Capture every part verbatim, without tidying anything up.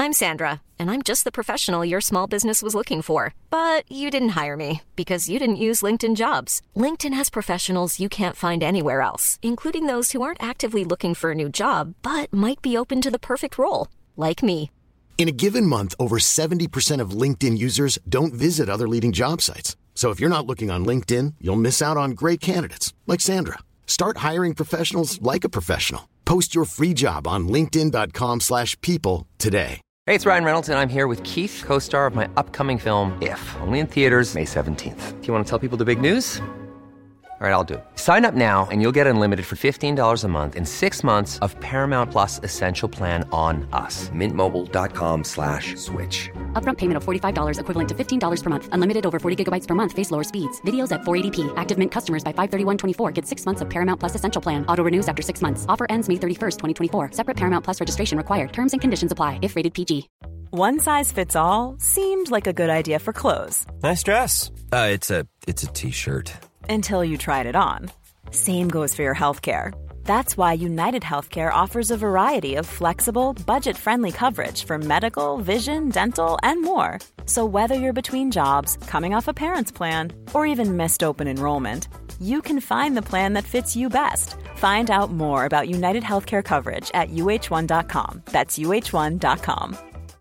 I'm Sandra, and I'm just the professional your small business was looking for. But you didn't hire me because you didn't use LinkedIn Jobs. LinkedIn has professionals you can't find anywhere else, including those who aren't actively looking for a new job, but might be open to the perfect role, like me. In a given month, over seventy percent of LinkedIn users don't visit other leading job sites. So if you're not looking on LinkedIn, you'll miss out on great candidates like Sandra. Start hiring professionals like a professional. Post your free job on linkedin dot com slash people today. Hey, it's Ryan Reynolds, and I'm here with Keith, co-star of my upcoming film, If, only in theaters May seventeenth. Do you want to tell people the big news? All right, I'll do it. Sign up now and you'll get unlimited for fifteen dollars a month and six months of Paramount Plus Essential Plan on us. Mint Mobile dot com slash switch. Upfront payment of forty-five dollars equivalent to fifteen dollars per month. Unlimited over forty gigabytes per month. Face lower speeds. Videos at four eighty p. Active Mint customers by five thirty-one twenty-four get six months of Paramount Plus Essential Plan. Auto renews after six months. Offer ends May thirty-first, twenty twenty-four. Separate Paramount Plus registration required. Terms and conditions apply if rated P G. One size fits all seemed like a good idea for clothes. Nice dress. Uh, it's a it's a t-shirt. Until you tried it on. Same goes for your healthcare. That's why United Healthcare offers a variety of flexible, budget-friendly coverage for medical, vision, dental, and more. So whether you're between jobs, coming off a parent's plan, or even missed open enrollment, you can find the plan that fits you best. Find out more about United Healthcare coverage at U H one dot com. That's U H one dot com.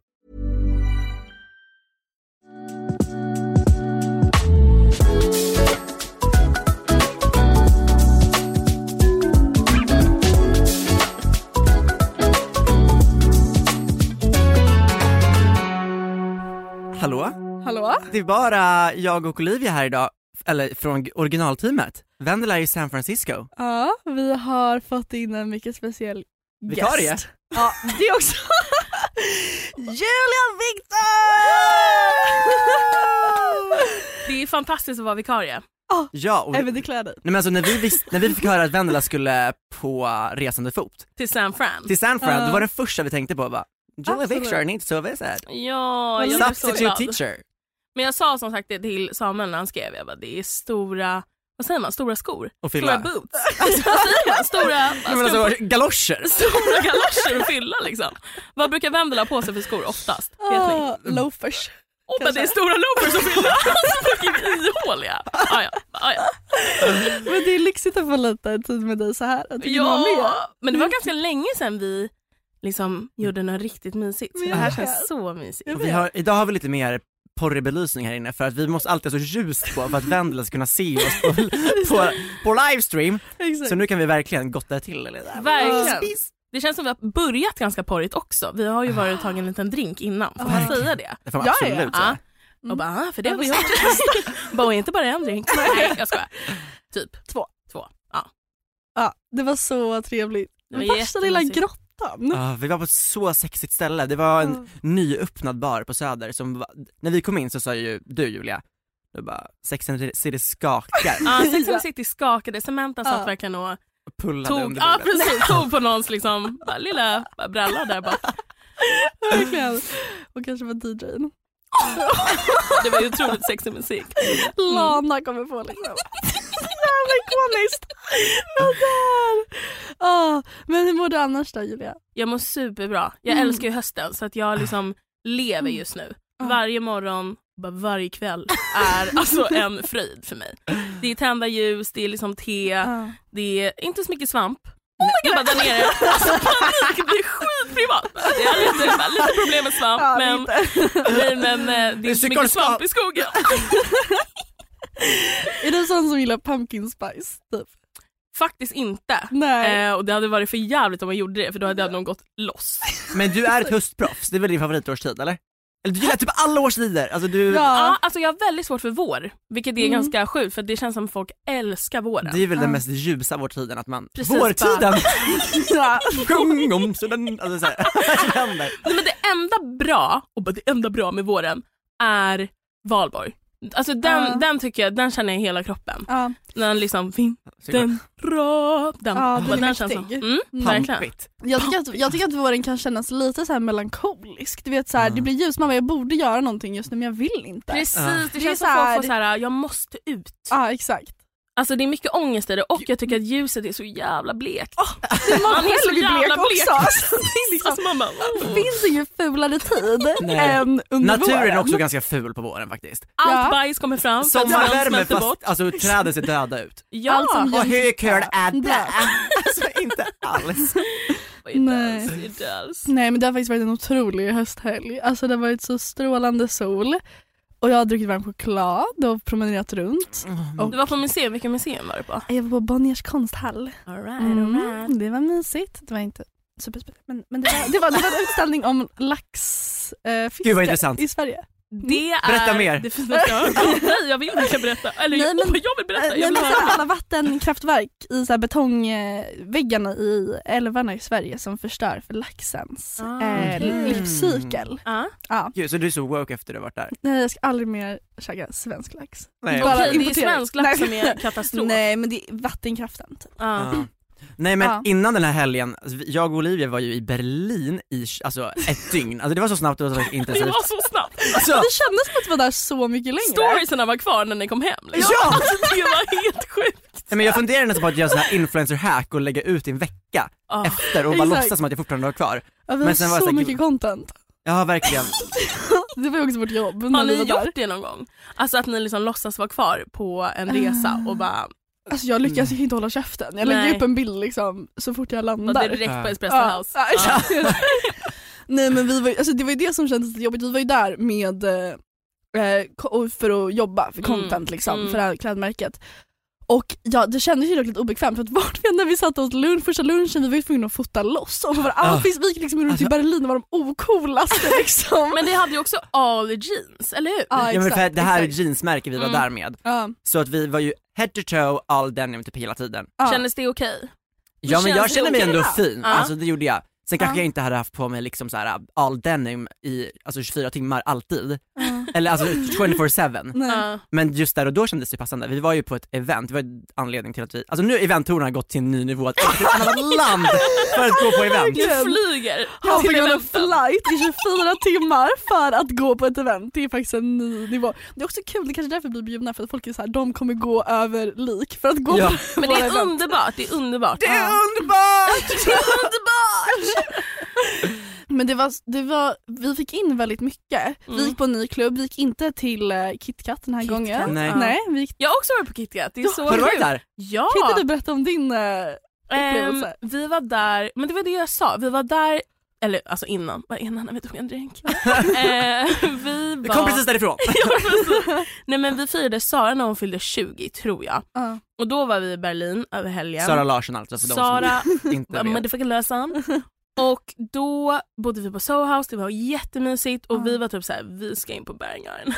Hallå? Hallå? Det är bara jag och Olivia här idag, eller från originalteamet. Vendela är i San Francisco. Ja, vi har fått in en mycket speciell Vikarie. gäst. Ja, det också. Julia Victor! Det är fantastiskt att vara vikarie. Oh, ja, och även det kläder. Nej, men alltså, när, vi visst, när vi fick höra att Vendela skulle på resande fot Till San Fran. Till San Fran, uh. då var det första vi tänkte på bara, Julia Victor needs to visit. Ja, jag blev så glad. Teacher. Men jag sa som sagt det till Samuel när han skrev, jag bara, det är stora, vad säger man, stora skor? Och fylla. Stora boots. Alltså, vad säger man? Stora, ja, men alltså, galoscher. Stora galoscher och fylla liksom. Vad brukar Vendela ha på sig för skor oftast? Uh, loafers. Åh, oh, men det är stora loafers och fylla. Fucking ihåliga. Ah, ja. Ah, ja. Men det är lyxigt att få lite tid med dig så här. Ja, men det var ganska länge sedan vi liksom gjorde något riktigt mysigt. Så det här känns så mysigt. Vi har, idag har vi lite mer porrig belysning här inne för att vi måste alltid ha så ljust på för att Vendela ska kunna se oss på, på, på livestream. Exakt. Så nu kan vi verkligen gotta till eller där. Verkligen. Det känns som vi har börjat ganska porrigt också. Vi har ju varit och tagit en liten drink innan. Får man säga det? Det får man absolut säga. Ja. Mm. Och bara, för det har vi gjort. Bara inte bara en drink. Nej, jag skojar. Typ två. Två. Ja. Ja, det var så trevligt. Det var värsta lilla grottan. Ja, vi var på ett så sexigt ställe. Det var en oh. nyöppnad bar på Söder som var, när vi kom in så sa ju du Julia, du bara Sex and the City skakar. Ja, Sex and the City skakade. Samantha satt ja. verkligen och pullade tog, under ja, precis, tog på någons liksom bara, lilla bara, bralla där bara. Verkligen. Och kanske var D J:n. Det var ju otroligt sexig musik. Mm. Lana kommer på liksom. Jävla ikoniskt. Oh, men hur mår du annars då, Julia? Jag mår superbra. Jag mm. älskar ju hösten så att jag liksom lever just nu. Mm. Varje morgon, bara varje kväll är alltså en fröjd för mig. Det är tända ljus, det är liksom te, mm. det är inte så mycket svamp. Jag bara där nere, alltså panik, det är skitprivat. Det är lite, lite problem med svamp, ja, men, men, men det är inte så mycket svamp i skogen. Är du sån som gillar pumpkin spice typ? Faktiskt inte. Nej. Eh, och det hade varit för jävligt om man gjorde det, för då hade jag nog gått loss. Men du är ett höstproffs, det är väl din favoritårstid, eller? Eller du gillar typ alla årstider. Alltså du... ja. ja, alltså jag har väldigt svårt för vår. Vilket är mm. ganska sjukt, för det känns som folk älskar våren. Det är väl ja. den mest ljusa vårtiden att man... Precis, vårtiden! Ja. Sjung om så den... Alltså så här. Nej, men det enda bra, och bara det enda bra med våren är Valborg. Alltså den, uh. den tycker jag, den känner jag i hela kroppen. Uh. Den liksom fin, den rå, den, ja, den, den känns som, mm, pampigt. Jag tycker, att, jag tycker att våren kan kännas lite så här melankolisk. Du vet så här, uh. det blir ljus, man bara, jag borde göra någonting just nu men jag vill inte. Precis, uh. det, det känns som folk får så här, jag måste ut. Ja, exakt. Alltså det är mycket ångest i det och jag tycker att ljuset är så jävla blekt. Oh, det man man är så blek jävla blek också. Alltså, det, är liksom, alltså man bara, det finns ingen fulare tid än under Naturen våren. är också ganska ful på våren faktiskt. allt Ja. bajs kommer fram. Sommarvärme fast alltså, träden ser döda ut. Ja, Allt som Och gör- högkörd är Ja. det. Alltså inte alls. Nej. Inte alls. Nej men det har faktiskt varit en otrolig hösthelg. Alltså det har varit så strålande sol. Och jag har druckit varm choklad och promenerat runt. Och Du var på museum, vilka museum var du på? jag var på Bonniers konsthall. All right, Mm, all right. det var mysigt. Det var inte superspännande. Men, men det, var, det, var, det var en utställning om laxfiske Gud, vad intressant. i Sverige. Det är Berätta mer. Det finaste jag har hört. Nej, jag vill inte berätta. Eller Nej, jag, men- oh, jag vill berätta. Nej, Jag men vill så höra. alla vattenkraftverk i så här betongväggarna i älvarna i Sverige som förstör för laxens Ah, eh, okej. livscykel. Ja. Ja. Gud, så du är så woke efter du har varit där? Nej, jag ska aldrig mer käka svensk lax. Nej, Bara Okej, det är importera. svensk lax Nej. som är katastrof. Nej men det är vattenkraften typ. Ja. Ja. Nej men Ja. innan den här helgen, alltså, vi- jag och Olivia var ju i Berlin i alltså, ett dygn, alltså det var så snabbt och så Det intensivt. var så snabbt. Alltså, Det kändes som att vi var där så mycket längre. Storiesarna var kvar när ni kom hem. Liksom. Ja! Alltså, det var helt sjukt. nej, men jag funderar nästan på att göra sån här influencer hack och lägga ut i en vecka Ah. efter och bara Exakt. låtsas som att jag fortfarande var kvar. Ja, vi Men har sen var så det så här, mycket gud- content. Ja verkligen. Det var ju också vårt jobb. Har när vi ni var där. gjort det någon gång? Alltså att ni liksom låtsas vara kvar på en resa och bara Alltså jag lyckas ju inte hålla käften. Jag lägger Nej. upp en bild liksom så fort jag var landar. direkt på Ja. Espresso Ja. House. Ja, exakt. Nej men vi var, ju- alltså, det var ju det som kändes lite jobbigt. Vi var ju där med eh, ko- för att jobba för content Mm, liksom, mm. för det här klädmärket. Och ja, det kändes ju dock lite obekvämt för att vart vi än när vi satt åt lunch, första lunchen, vi var ju tvungna att fota loss och våra outfits, vi gick liksom runt Alltså- i Berlin och var de ocoolaste liksom. Men det hade ju också all jeans, eller hur? Ja, Ja, men för exakt, det här är exakt. jeansmärke vi var Mm. där med. Ja, Så att vi var ju head to toe all denim typ hela tiden. ja. Kändes det okej? Ja men jag känns det känner mig okej ändå då? fin, Ja. alltså det gjorde jag. Sen kanske Ja. jag inte hade haft på mig liksom så här all denim i alltså tjugofyra timmar alltid. Ja. Eller alltså tjugofyra sju. Nej. Ja. Men just där och då kändes det passande. Vi var ju på ett event, det var en anledning till att vi, alltså nu har eventorerna gått till en ny nivå, att åka till ett annat land för att gå på event. Du flyger Hopping till on a eventen. flight i tjugofyra timmar för att gå på ett event. Det är faktiskt en ny nivå. Det är också kul, det kanske är därför vi blir bjudna, för att folk är så här, de kommer gå över lik för att gå Ja. på Men det våra är event. underbart, det är underbart. Det är underbart! Det är underbart! Men det var, det var, vi fick in väldigt mycket. Vi Mm. gick på en ny klubb, vi gick inte till uh, KitKat den här KitKat? gången. Nej. Ja. Nej, vi gick, Jag har också varit på KitKat, det är så Har du varit kul. där? Ja! kan inte du berätta om din uh, Ehm, upplevelse? vi var där, men det var det jag sa, vi var där, eller alltså innan, var innan när vi tog en drink. eh, vi Vi var... kom precis därifrån. Ja, precis. Nej men vi firade Sara när hon fyllde tjugo tror jag. Ja. Och då var vi i Berlin över helgen. Sara Larsson alltså för de Sara, som inte vet. motherfucking lösan. Och då bodde vi på Soho House, det var jättemysigt och Ja. vi var typ såhär, vi ska in på Bergaren.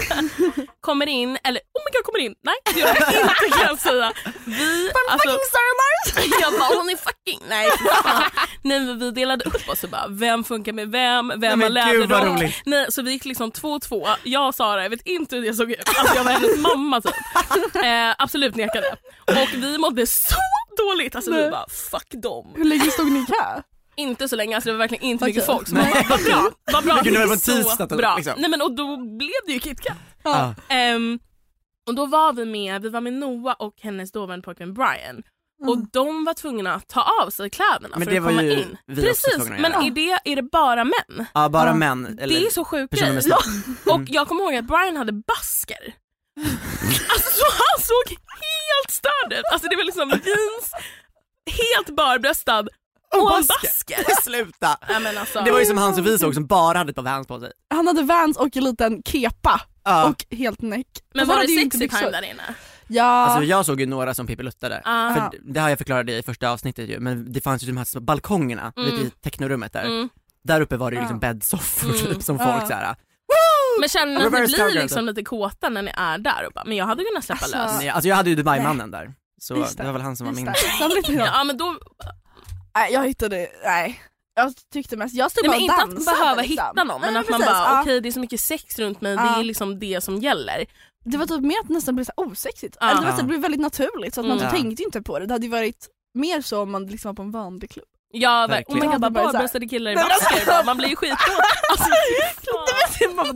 Kommer in, eller oh my god kommer in, nej det gör vi inte kan jag säga. Vi, alltså, Fucking Sara Larsson! jag bara hon är fucking, nej fan. Nej men vi delade upp oss och bara, vem funkar med vem, vem Nej, har men gud, vad läderrock. roligt. Nej så vi gick liksom två och två, jag och Sara, jag vet inte hur jag såg ut, alltså jag var hennes mamma typ. Eh, absolut nekade. Och vi mådde så dåligt, alltså vi Nej. bara fuck dem. Hur länge stod ni i kö? Inte så länge, alltså det var verkligen inte Okej. mycket folk. Så man bara, vad bra, vad bra. Det kunde vara på Så tisdag, bra. liksom. Nej men och då blev det ju KitKat. Ja. Ehm, och då var vi med, vi var med Noah och hennes dåvarande pojkvän Brian. Och de var tvungna att ta av sig kläderna Men för det att var komma ju in. vi också Precis, tvungna att men göra. är det, är det bara män? Ja bara Ja. män. Eller Det är så sjukt personer grej. med snabb. Och jag kommer ihåg att Brian hade basker. Alltså så han såg helt störd ut. Alltså det var liksom jeans, helt barbröstad och en basker. Sluta! Nej, men alltså. Det var ju som han Sofie såg som bara hade ett par Vans på sig. Han hade Vans och en liten kepa Ja. och helt näck. Men Och så var hade det ju inte sexy byxor. time där inne? Ja. Alltså jag såg ju några som pippeluttade. Ah. För det har jag förklarat i första avsnittet ju, men det fanns ju de här små balkongerna, Mm. lite i technorummet där. Mm. Där uppe var det ju liksom Ja. bäddsoffor Mm. typ, som Ja. folk såhär. Men känner ni att Reverse ni blir cowgirl, liksom lite kåta när ni är där och bara, men jag hade kunnat släppa Alltså, lös. Nej, alltså jag hade ju Dubai-mannen där. Så Just det var väl han som var Just min. det. Sen blev det jag. Ja men då, Nej jag hittade, nej. Jag tyckte mest, jag stod nej, men bara inte och att dansade, behöva liksom. hitta någon, men Nej, att man precis, bara ja. okej det är så mycket sex runt mig, det Ja. är liksom det som gäller. Det var typ mer att det nästan blev så här osexigt. Ja. Eller det, var så här, det blev väldigt naturligt så att man Mm. tänkte ju inte på det. Det hade ju varit mer så om man liksom var på en vanlig klubb. Ja, Verkligen. oh my god, Det var bara bara så här- barbröstade killar i Nej, men basker, alltså- bara, man blir ju skitkåt. Alltså, Det var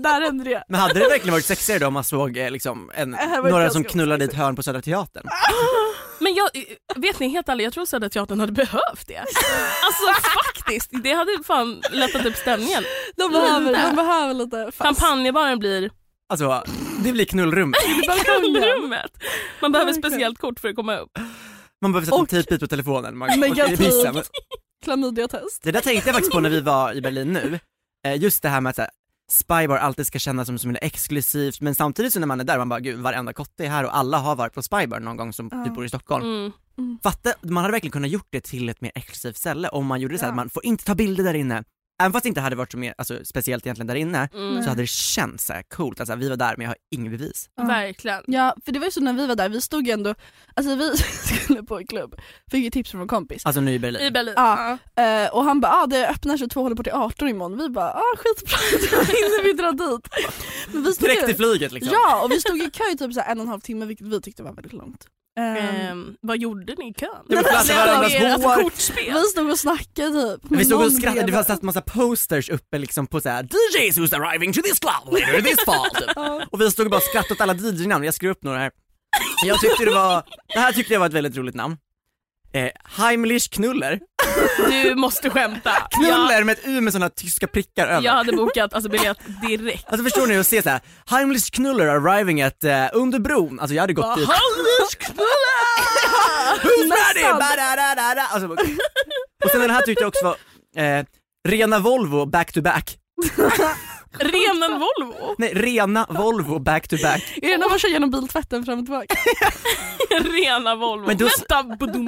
där hände det. Men hade det verkligen varit sexigare då om man såg eh, liksom, en, några som knullade i ett hörn på Södra Teatern? Men jag, vet ni helt ärligt, jag tror Södra Teatern hade behövt det. Alltså faktiskt, det hade fan lättat upp stämningen. De behöver, de behöver lite fast. Champagnebaren blir... Alltså, det blir knullrummet. Knullrummet. Man behöver speciellt kort för att komma upp. Man behöver sätta en Och- tidbit på telefonen. Man, Negativt. Klamydia-test. Det där tänkte jag faktiskt på när vi var i Berlin nu. Eh, Just det här med att så här, Spybar alltid ska kännas som, som en exklusivt, men samtidigt så när man är där man bara gud, varenda kotte är här och alla har varit på Spybar någon gång som Ja. typ bor i Stockholm. Mm. Mm. Fatta, man hade verkligen kunnat gjort det till ett mer exklusivt ställe om man gjorde det så här, Ja. man får inte ta bilder där inne. Även fast det inte hade varit så mer, alltså, speciellt egentligen där inne Mm. så hade det känts så här coolt, alltså vi var där men jag har ingen bevis. Ja. Verkligen. Ja, för det var ju så när vi var där, vi stod ju ändå, alltså vi skulle på en klubb, fick ju tips från en kompis. Alltså nu i Berlin. I Berlin. Ja. Eh, och han bara, ah, det öppnar tjugotvå, håller på till arton imorgon. Vi bara, ah skitbra, då hinner vi dra dit. Men vi stod Direkt i ju, flyget liksom. ja, och vi stod i kö i typ så här en och en halv timme, vilket vi tyckte var väldigt långt. Ehm, Ehm, vad gjorde ni i kön? Det var klassa varandras Alltså, hår. kortspel. vi stod och snackade typ. Vi stod och Någon skrattade, det bredvid. var satt massa posters uppe liksom på såhär D Js who's arriving to this club later this fall typ. Ja. Och vi stod och bara skrattade åt alla D J-namn, jag skrev upp några här. Jag tyckte det var, det här tyckte jag var ett väldigt roligt namn. eh, Heimlich Knuller. Du måste skämta. Knuller Jag, med ett U med såna tyska prickar över. jag hade bokat alltså, biljett direkt. Alltså förstår ni att se såhär Heimlich Knuller arriving at uh, under bron. Alltså jag hade gått dit. Heimlich Knuller! Who's ready? Ba-da-da-da-da. Alltså, och sen den här tyckte jag också var eh, Rena Volvo back to back. Renen Volvo. Nej, Rena Volvo back to back. Är det när man kör genom biltvätten fram och tillbaka? Rena Volvo. Men då- Vänta, badum.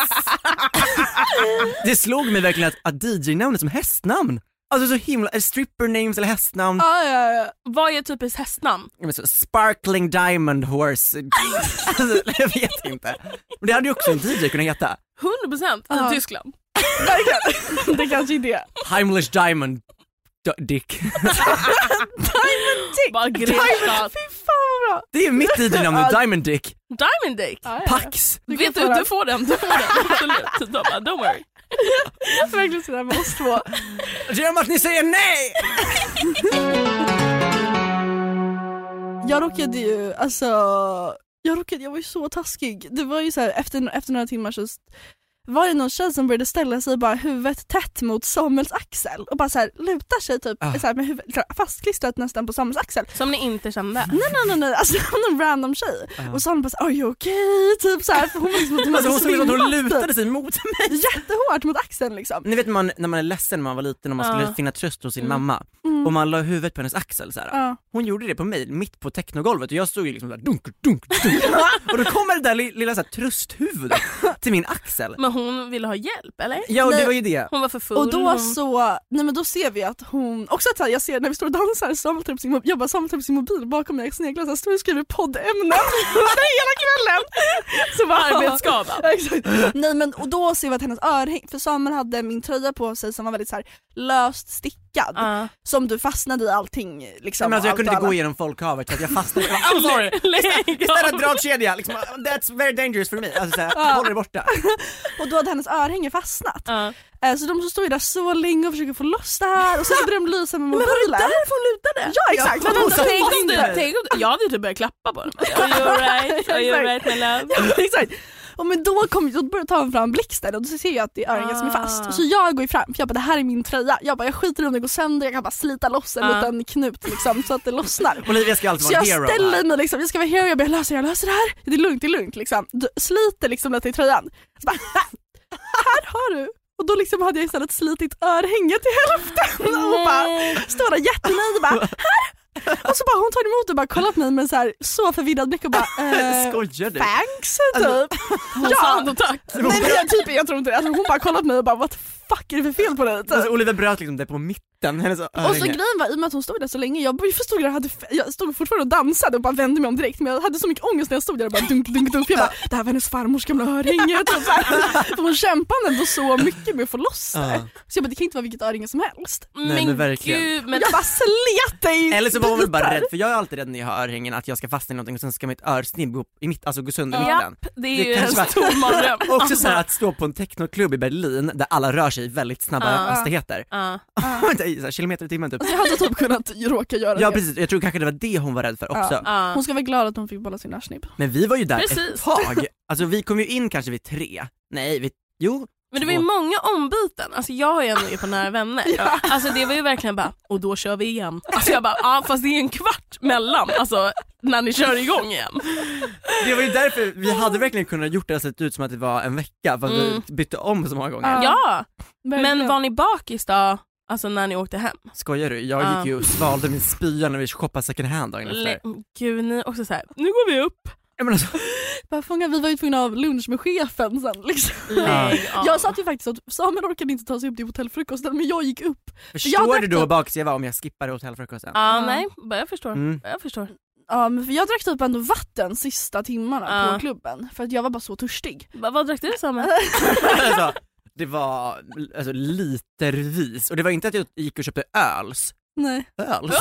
Det slog mig verkligen att, att D J-namnet som hästnamn. Alltså så himla, är det stripper names eller hästnamn? Ja, ja, ja. Vad är typiskt hästnamn? Jag vet, så, Sparkling Diamond Horse. Alltså, jag vet inte. Men det hade ju också en D J kunnat heta. hundra procent Ja. i Tyskland. Verkligen. Det kanske är det. Heimlich Diamond D- Dick. Bara Grekland. Fy fan vad bra. Det är mitt D J-namn nu, Diamond Dick. Diamond Dick. Ja, ja. Pax. Du kan Vet få du, den. du får den, du får den. Absolut. Då bara, don't worry. Verkligen sådär med oss två. Genom att ni säger nej! Jag råkade ju, alltså, jag råkade, jag var ju så taskig. Det var ju så här, efter, efter några timmar så var det någon tjej som började ställa sig bara huvudet tätt mot Samuels axel och bara så här lutar sig typ Ah. så här, med huvudet fastklistrat nästan på Samuels axel. Som ni inte kände. Nej nej nej, nej. Alltså det var någon random tjej. Ah. Och Samuel bara så här, are you okay? Typ så här, för hon var liksom, hon, Alltså hon såg ut som att hon svimmat, lutade typ. sig mot mig. Jättehårt mot axeln liksom. Ni vet man, när man är ledsen när man var liten och man skulle Ja. finna tröst hos sin Mm. mamma Mm. och man la huvudet på hennes axel så här. Ja. Hon gjorde det på mig, mitt på technogolvet och jag stod ju liksom där dunk, dunk, dunk. Och då kommer det där li- lilla så här, trösthuvudet till min axel. Men hon ville ha hjälp, eller? Ja och det Nej. var ju det. Hon var för full. Och då hon... så, nej men då ser vi att hon, också att så här, jag ser när vi står och dansar, Samuel tar upp sin, mobil- jag bara Samuel tar upp sin mobil bakom mig, jag sneglar så här, står och skriver poddämnen hela kvällen. Så bara, Arbetsskada. Ja, exakt. Nej men och då ser vi att hennes örhäng, för Samuel hade min tröja på sig som var väldigt så här löst stickad, Ja. som du fastnade i allting liksom. Men alltså, jag allt kunde och inte gå alla. igenom folkhavet så att jag fastnade. I'm sorry. Lägg Istället av. dragkedja, liksom, that's very dangerous for me. Alltså såhär, Ja. håll det borta. Och då hade hennes örhänge fastnat. Ja. Eh, Så de så står ju där så länge och försöker få loss det här och så börjar de lysa med mobilen. Men var det därför hon lutade? Ja exakt. Ja, Men vänta, hon tänk satt om Du, det. tänk om, jag hade ju typ börjat klappa på dem. Are you alright? Are you alright my love? Ja, exakt. Och men då, kom, då börjar ta fram blixten och då ser jag att det är örhänget som är fast. Ah. Så jag går ju fram för jag bara det här är min tröja. Jag bara jag skiter i om det går sönder, jag kan bara slita loss en Ah. liten knut liksom, så att det lossnar. Olivia ska alltid Så vara en jag hero ställer här. mig liksom, jag ska vara hero, jag bara jag löser, jag löser det här. Det är lugnt, det är lugnt liksom. Du sliter liksom lite i tröjan. Så bara, här har du. Och då liksom hade jag istället slitit örhänget till hälften och bara står där jättenöjd och bara här. Och så bara hon tar emot och bara kollar på mig med så här så förvirrad blick och bara eh, Skojar du? thanks Alltså, typ. Hon sa ändå tack. Nej men jag, typ, jag tror inte det. Alltså, hon bara kollat på mig och bara what the fuck är det för fel på dig? Typ. Alltså, Olivia bröt liksom det på mitten. Hennes Och så örhänge. grejen var i och med att hon stod där så länge, jag förstod att jag hade, jag stod fortfarande och dansade och bara vände mig om direkt, men jag hade så mycket ångest när jag stod där och bara dunk dunk dunk, jag bara det här var hennes farmors gamla örhänge typ, så här. För hon kämpade ändå så mycket med att få loss det. Ja. Så jag bara det kan inte vara vilket örhänge som helst. Nej, men verkligen. Gud, men Jag bara slet dig. Eller så var hon väl bara rädd, för jag är alltid rädd när jag har örhängen att jag ska fastna i någonting och sen ska mitt örsnibb gå i mitt, alltså gå sönder i mitten. japp, det är Det ju en kanske var- stor mardröm. Också så här att stå på en technoklubb i Berlin där alla rör sig i väldigt snabba Ja. hastigheter. Ja. Så här, kilometer i timmen typ. Alltså, jag hade typ kunnat råka göra Ja det. precis, jag tror kanske det var det hon var rädd för också. Ja. Ja. Hon ska vara glad att hon fick bolla sin närsnibb. Men vi var ju där Precis. ett tag. Alltså vi kom ju in kanske vid tre. Nej, vi, jo. Men det var ju två. många ombyten. Alltså jag har ju ändå är på Nära vänner. Alltså det var ju verkligen bara, och då kör vi igen. Alltså jag bara, ja fast det är en kvart mellan. Alltså när ni kör igång igen. Det var ju därför vi hade verkligen kunnat gjort det sett ut som att det var en vecka. För att Mm. vi bytte om så många gånger. Ja. Ja, Verkligen. men var ni bakis då? Alltså när ni åkte hem? Skojar du? Jag Ja. gick ju och svalde min spya när vi shoppade second hand dagen Le- efter. Gud, ni också så här. Nu går vi upp. Jag menar så, Bara fånga, vi var ju tvungna att ha lunch med chefen sen liksom. Lägg av. Jag satt ju faktiskt att Samuel orkade inte ta sig upp till hotellfrukosten men jag gick upp. jag förstår drack du då typ- hur bakis jag var om jag skippade hotellfrukosten? Ja, Ja. nej, bara jag förstår. Mm. Jag förstår. Ja men för jag drack typ ändå vatten sista timmarna Ja. på klubben för att jag var bara så törstig. Va, vad drack du Samuel? Alltså, det var alltså, litervis. Och det var inte att jag gick och köpte öls. Nej. Öls?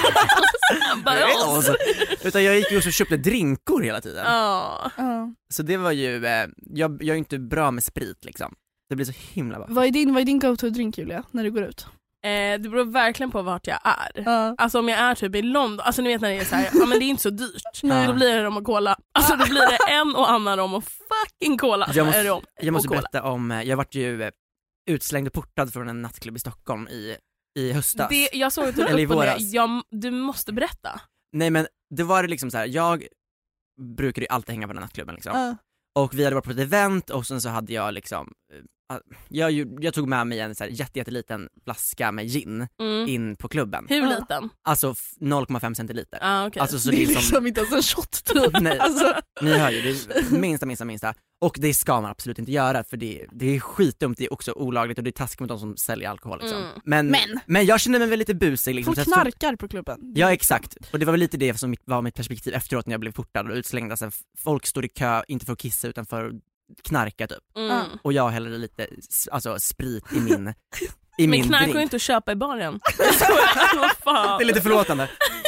Bara, Öls. Utan jag gick ju och så köpte drinkor hela tiden. Ja. Ja. Så det var ju, eh, jag, jag är inte bra med sprit liksom. Det blir så himla bra. Vad är din, vad är din go-to-drink Julia när du går ut? Eh, det beror verkligen på vart jag är. Ja. Alltså om jag är typ i London, alltså ni vet när det är så här, ja men det är inte så dyrt. Nej. Då blir det rom och cola. Alltså då blir det en och annan rom och fucking cola. Jag måste, är rom jag måste och cola. berätta om, eh, jag vart ju eh, utslängd och portad från en nattklubb i Stockholm i, i höstas. Det, jag såg typ Eller i upp och ner. våras. Jag, du måste berätta. Nej men det var det liksom så här. Jag brukade ju alltid hänga på den nattklubben liksom. Ja. Och vi hade varit på ett event och sen så hade jag liksom eh, jag, ju- jag tog med mig en så här jätte, jätteliten flaska med gin Mm. in på klubben. Hur Ja. liten? Alltså f- noll komma fem centiliter. Ah, okay. Alltså så Det det är är som, liksom inte ens en shot typ. nej, Alltså, ni hör ju, det är minsta, minsta, minsta. Och det ska man absolut inte göra för det, det är skitdumt, det är också olagligt och det är taskigt mot de som säljer alkohol liksom. Mm. Men, Men. men jag kände mig väl lite busig liksom. folk så jag stod- knarkar på klubben. Ja exakt, och det var väl lite det som mitt, var mitt perspektiv efteråt när jag blev portad och utslängd. Alltså, folk stod i kö, inte för att kissa utan för att knarka typ. Mm. Och jag hällde lite s- alltså, sprit i min, i Men min knark drink. går inte att köpa i baren. Vad fan? Det är lite förlåtande.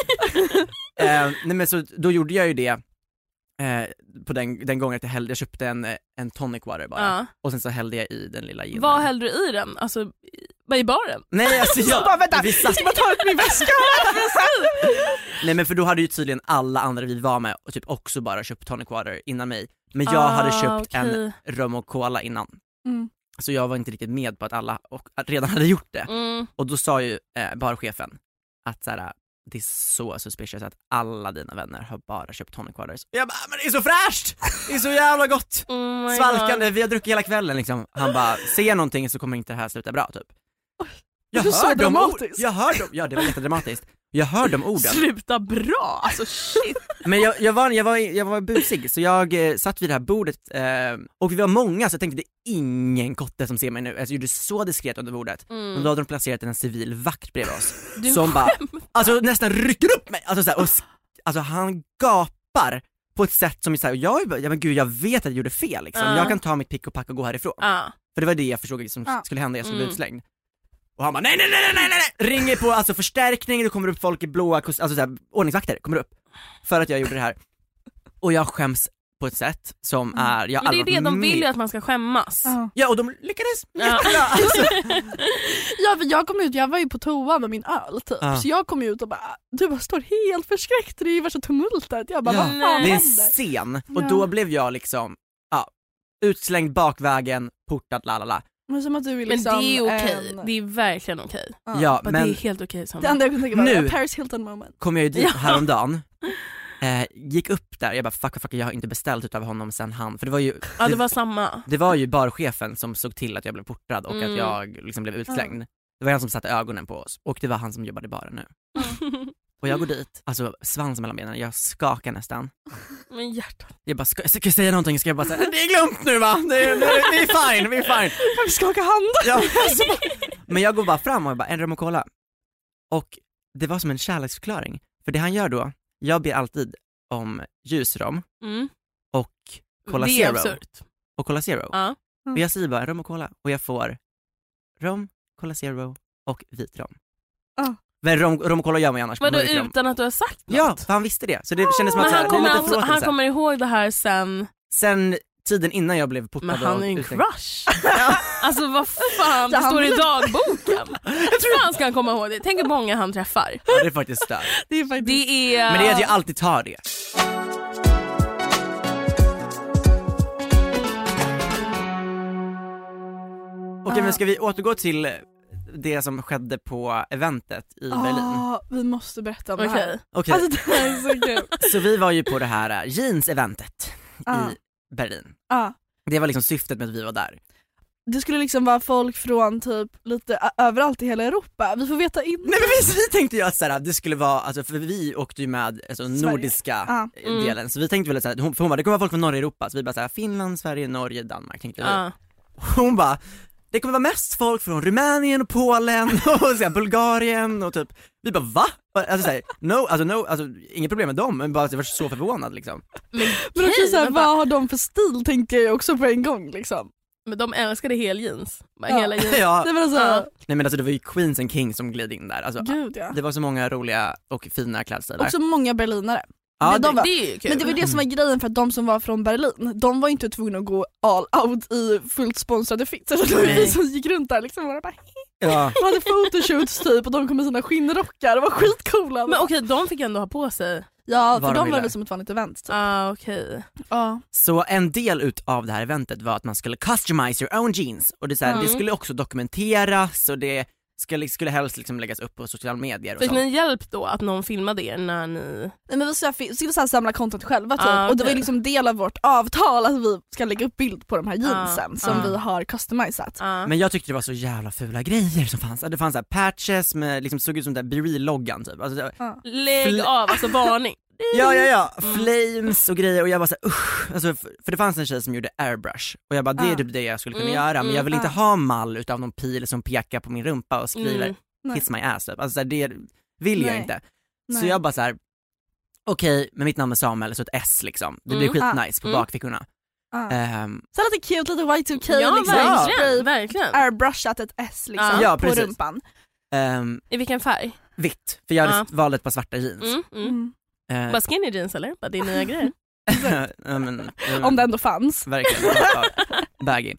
eh, nej men så då gjorde jag ju det eh, på den, den gången att jag, hällde, jag köpte en, en tonic water bara. Ja. Och sen så hällde jag i den lilla ginen. Vad hällde du i den? Alltså, i- bara i baren? Nej alltså jag, bara, vänta, vi satt... ska man ta ut min väska? Nej men för då hade ju tydligen alla andra vi var med och typ också bara köpt tonic water innan mig. Men jag Ah, hade köpt okej. en rum och cola innan. Mm. Så jag var inte riktigt med på att alla och, redan hade gjort det. Mm. Och då sa ju eh, barchefen att så här, det är så suspicious att alla dina vänner har bara köpt tonic waters. Och jag bara, men det är så fräscht! Det är så jävla gott! Oh my Svalkande, God. vi har druckit hela kvällen liksom. Han bara, ser jag någonting så kommer inte det här sluta bra typ. Jag Det är så hör de ord- dramatiskt. jag hör dem, ja det var jättedramatiskt. Jag hör de orden. Sluta bra, alltså shit. Men jag, jag, var, jag, var, jag var busig så jag eh, satt vid det här bordet eh, och vi var många så jag tänkte det är ingen kotte som ser mig nu. Alltså, jag gjorde så diskret under bordet. Mm. Och då hade de placerat en civil vakt bredvid oss. Du som bara, alltså nästan rycker upp mig. Alltså, så här, och, sk- alltså han gapar på ett sätt som är såhär, jag, är bara, ja, men gud jag vet att jag gjorde fel liksom. Ja. Jag kan ta mitt pick och pack och gå härifrån. Ja. För det var det jag förstod som Ja. skulle hända, jag skulle Mm. bli utslängd. Och han bara nej nej nej nej nej nej ringer på alltså förstärkning, det kommer upp folk i blåa kost- alltså såhär, ordningsvakter kommer upp för att jag gjorde det här. Och jag skäms på ett sätt som är, jag har Men det är aldrig det, varit de vill ju med- att man ska skämmas. Ja. Ja och de lyckades Ja. jättebra alltså. Ja, för jag kom ut, jag var ju på toa med min öl typ. Ja. Så jag kom ut och bara, du bara står helt förskräckt, det är ju värsta tumultet. Jag bara, Ja, vad fan det är en händer? scen och Ja. då blev jag liksom, ja, utslängd bakvägen, portad lalala. Men som att du är Men liksom det är okej, en- det är verkligen okej. Ja. Ja Bara men det är helt okej som Det enda jag kunde tänka var Nu- a Paris Hilton moment. kom jag ju dit Ja. häromdagen, eh, gick upp där, jag bara fuck, fuck, fuck jag har inte beställt utav honom sen han, för det var ju Ja det var samma. det var ju barchefen som såg till att jag blev portad och Mm. att jag liksom blev utslängd. Det var han som satte ögonen på oss och det var han som jobbade i baren nu. Och jag går dit, alltså svans mellan benen, jag skakar nästan. Men hjärtat. Jag bara, ska, ska jag säga någonting? Ska jag bara säga, det är glömt nu va? Det är, det är, det är fine, vi är fine. Kan vi skaka hand? Ja, alltså, men jag går bara fram och jag bara, en rum och cola. Och det var som en kärleksförklaring. För det han gör då, jag ber alltid om ljusrom Mm. och Cola Det är Zero. absurt. Och Cola Zero. Ja. Och jag säger bara rom och cola och jag får rom, Cola Zero och vit rom. Ah. Men rom, rom och cola gör man ju annars. Vadå man dricker rom. utan att du har sagt något? Ja, för han visste det. Så det kändes som att Men så här, han det är kommer, lite alltså, han förlåtelse. kommer ihåg det här sen. Sen tiden innan jag blev portad. Men han är ju en uttänkt. crush. Alltså vad fan, det Ja, han står i blev- dagboken. Hur fan ska han komma ihåg det? Tänk hur många han träffar. Ja, det är faktiskt stört. Det är faktiskt... Det är... Men det är att jag alltid tar det. Okej, men ska vi återgå till det som skedde på eventet i Berlin? Ah, vi måste berätta om det Okej. här. Okej, Alltså det här är så kul. så vi var ju på det här äh, jeans-eventet Ah. i Berlin. Ah. Det var liksom syftet med att vi var där. Det skulle liksom vara folk från typ lite ö- överallt i hela Europa. Vi får veta in. Nej men vi, vi tänkte ju att så här, det skulle vara, alltså för vi åkte ju med alltså, nordiska Ah. Mm. delen, så vi tänkte väl så här, hon, för hon bara, det kommer vara folk från norra Europa, så vi bara så här, Finland, Sverige, Norge, Danmark tänkte vi. Ja. Hon bara, det kommer vara mest folk från Rumänien och Polen och så här, Bulgarien och typ, vi bara va? Alltså så här, no, alltså no, alltså inget problem med dem, men bara jag var så förvånad liksom. Men, Men också okej, såhär, men, vad bara, har de för stil tänkte jag ju också på en gång liksom. men de älskade heljeans. Bara Ja. hela jeans. Ja, Det var så, Ja. nej men alltså det var ju Queens and Kings som gled in där, alltså gud ja. det var så många roliga och fina klädstilar. Också många berlinare. Ja, det, de det- var, Det är ju kul. men det var det som var grejen, för att de som var från Berlin, de var inte tvungna att gå all out i fullt sponsrade fits. Så det var Nej. vi som gick runt där liksom och bara, ja. de hade photoshoots typ och de kom med sina skinnrockar, det var skitcoola. Men okej, de fick ändå ha på sig. Ja, Vad för de de ville. var väl som ett vanligt event typ. Ah, okej. Ja. Så en del utav det här eventet var att man skulle customize your own jeans, och det, är så här, Mm. det skulle också dokumenteras och det skulle, skulle helst liksom läggas upp på sociala medier och Fick sånt. ni hjälp då att någon filmade er när ni... Nej, men vi ska, vi skulle så här samla content själva typ. Ah, och det var okej. ju liksom del av vårt avtal att vi ska lägga upp bild på de här jeansen Ah, som ah. vi har customisat. Ah. Men jag tyckte det var så jävla fula grejer som fanns. Det fanns så här patches med, liksom såg ut som där B R-loggan typ. Alltså, det var- Lägg Fl- av, alltså varning. ja ja ja, Mm. flames och grejer, och jag bara såhär usch, alltså, för, för det fanns en tjej som gjorde airbrush och jag bara det är Ah. typ det jag skulle kunna Mm, göra, men jag vill mm, inte ah. ha mall utav någon pil som pekar på min rumpa och skriver Mm. Nej. kiss my ass typ. Alltså så här, det vill jag Nej. inte. Så Nej. jag bara så här: okej, men mitt namn är Samuel, så ett S liksom. Det blir Mm. skitnice på Mm. bakfickorna. Ah. Ehm, Så lite cute, lite Y two K Ja, liksom. verkligen. Spray- verkligen. Airbrushat ett S liksom Ja. Ja, på precis. rumpan. ehm, I vilken färg? vitt, för jag hade Ja. valt ett par svarta jeans. Mm, mm. Mm. Ehm, Bara skinny jeans eller? Bara det är nya grejer. ja, men, ehm, Om det ändå fanns. verkligen, ja, baggy.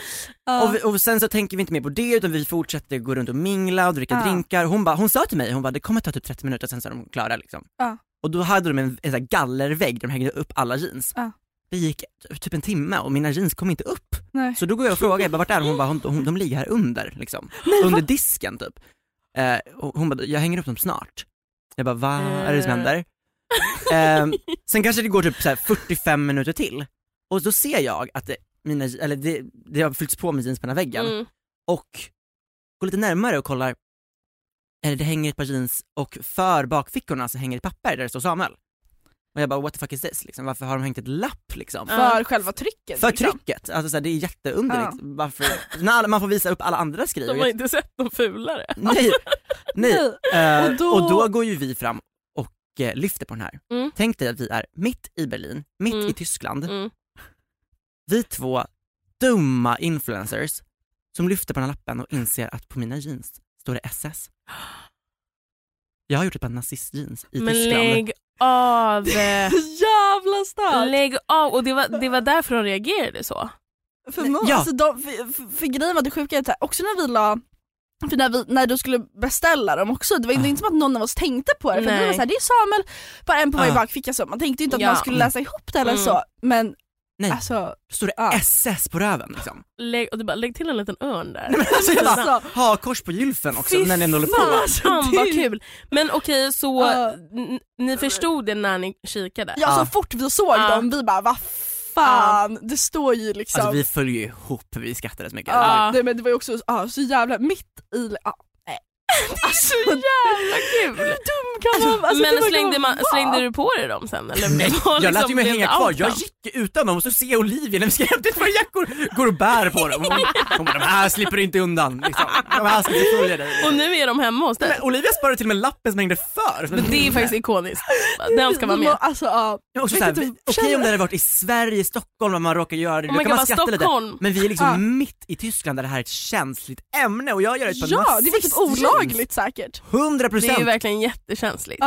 Ja. Och, vi, och sen så tänker vi inte mer på det, utan vi fortsätter gå runt och mingla och dricka Ja. drinkar. Hon, ba, hon sa till mig, hon bara det kommer ta typ trettio minuter, sen så är de klara liksom. Ja. Och då hade de en, en sån här gallervägg där de hängde upp alla jeans. Ja. Det gick typ en timme och mina jeans kom inte upp. Nej. Så då går jag och frågar, jag bara, vart är de? Hon bara, hon, hon, de ligger här under liksom. Under disken typ. Eh, och hon bara, jag hänger upp dem snart. Jag bara, vad är det som Eh. händer? Eh, sen kanske det går typ så här fyrtiofem minuter till. Och då ser jag att det, mina, eller det, det har fyllts på med jeans på den här väggen. Mm. Och går lite närmare och kollar, eller det hänger ett par jeans och för bakfickorna så hänger ett papper där det står Samuel. Och jag bara, what the fuck is this? Liksom, varför har de hängt ett lapp liksom? För själva trycket. För liksom. trycket, alltså så här, det är jätteunderligt. Varför, när alla, man får visa upp alla andra skriver. De har inte sett någon fulare. Nej, nej. Nej. Eh, Och då- och då går ju vi fram och eh, lyfter på den här. Mm. Tänk dig att vi är mitt i Berlin, mitt Mm. i Tyskland. Mm. Vi två dumma influencers som lyfter på den här lappen och inser att på mina jeans står det S S. Jag har gjort ett par nazistjeans i Men Tyskland. lägg av. Jävla starkt. Lägg av. Och det var, det var därför de reagerade så. För, må- Ja. alltså, de, för, för, för grejen var det sjuka är att också när vi la, för när, vi, när du skulle beställa dem också, det var ju Ah. inte som att någon av oss tänkte på det, för Nej. det var såhär, det är Samuel, bara en på varje Ah. bakficka, så man tänkte ju inte att Ja. man skulle läsa ihop det eller Mm. så, men Nej, alltså, då står det Ja. S S på röven liksom. Lägg, och du bara, lägg till en liten örn där. Nej, men alltså, jag bara, Alltså. ha kors på gylfen också Fy när ni håller på. fan, Alltså, fan det- vad kul. Men okej, så Ja. n- ni förstod det när ni kikade? ja, så Ah. fort vi såg Ah. dem, vi bara, vad fan, det står ju liksom. Alltså vi följer ju ihop, vi skrattade så mycket. Ja, Ah. nej, men det var ju också ah, så jävla mitt i, ah, nej. Alltså jävla kul. hur dum kan man alltså, det Men var slängde, kan man, vara. slängde du på dig dem sen? Eller? Nej, Det var jag lät liksom- ju mig blev hänga det kvar, outcome? jag gick utan dem och så ser jag Olivia när vi ska hämta ut våra jackor, går och bär på dem. Hon, hon bara, de här slipper du inte undan liksom. De här ska inte följa dig. Och nu är de hemma hos dig. Men Olivia sparade till och med lappen som hängde för. Men det är faktiskt ikoniskt. Den ska vara med. Alltså, ja. Jag också såhär, Vet du, okej känner- om det hade varit i Sverige, i Stockholm, om man råkar göra det, Oh då my kan God, man bara skratta Stockholm. lite. Men vi är liksom Ja. mitt i Tyskland där det här är ett känsligt ämne och jag gör ett par Ja, det var typ nazistjeans. olagligt säkert. hundra Det är ju procent. verkligen jättekänsligt. Ja.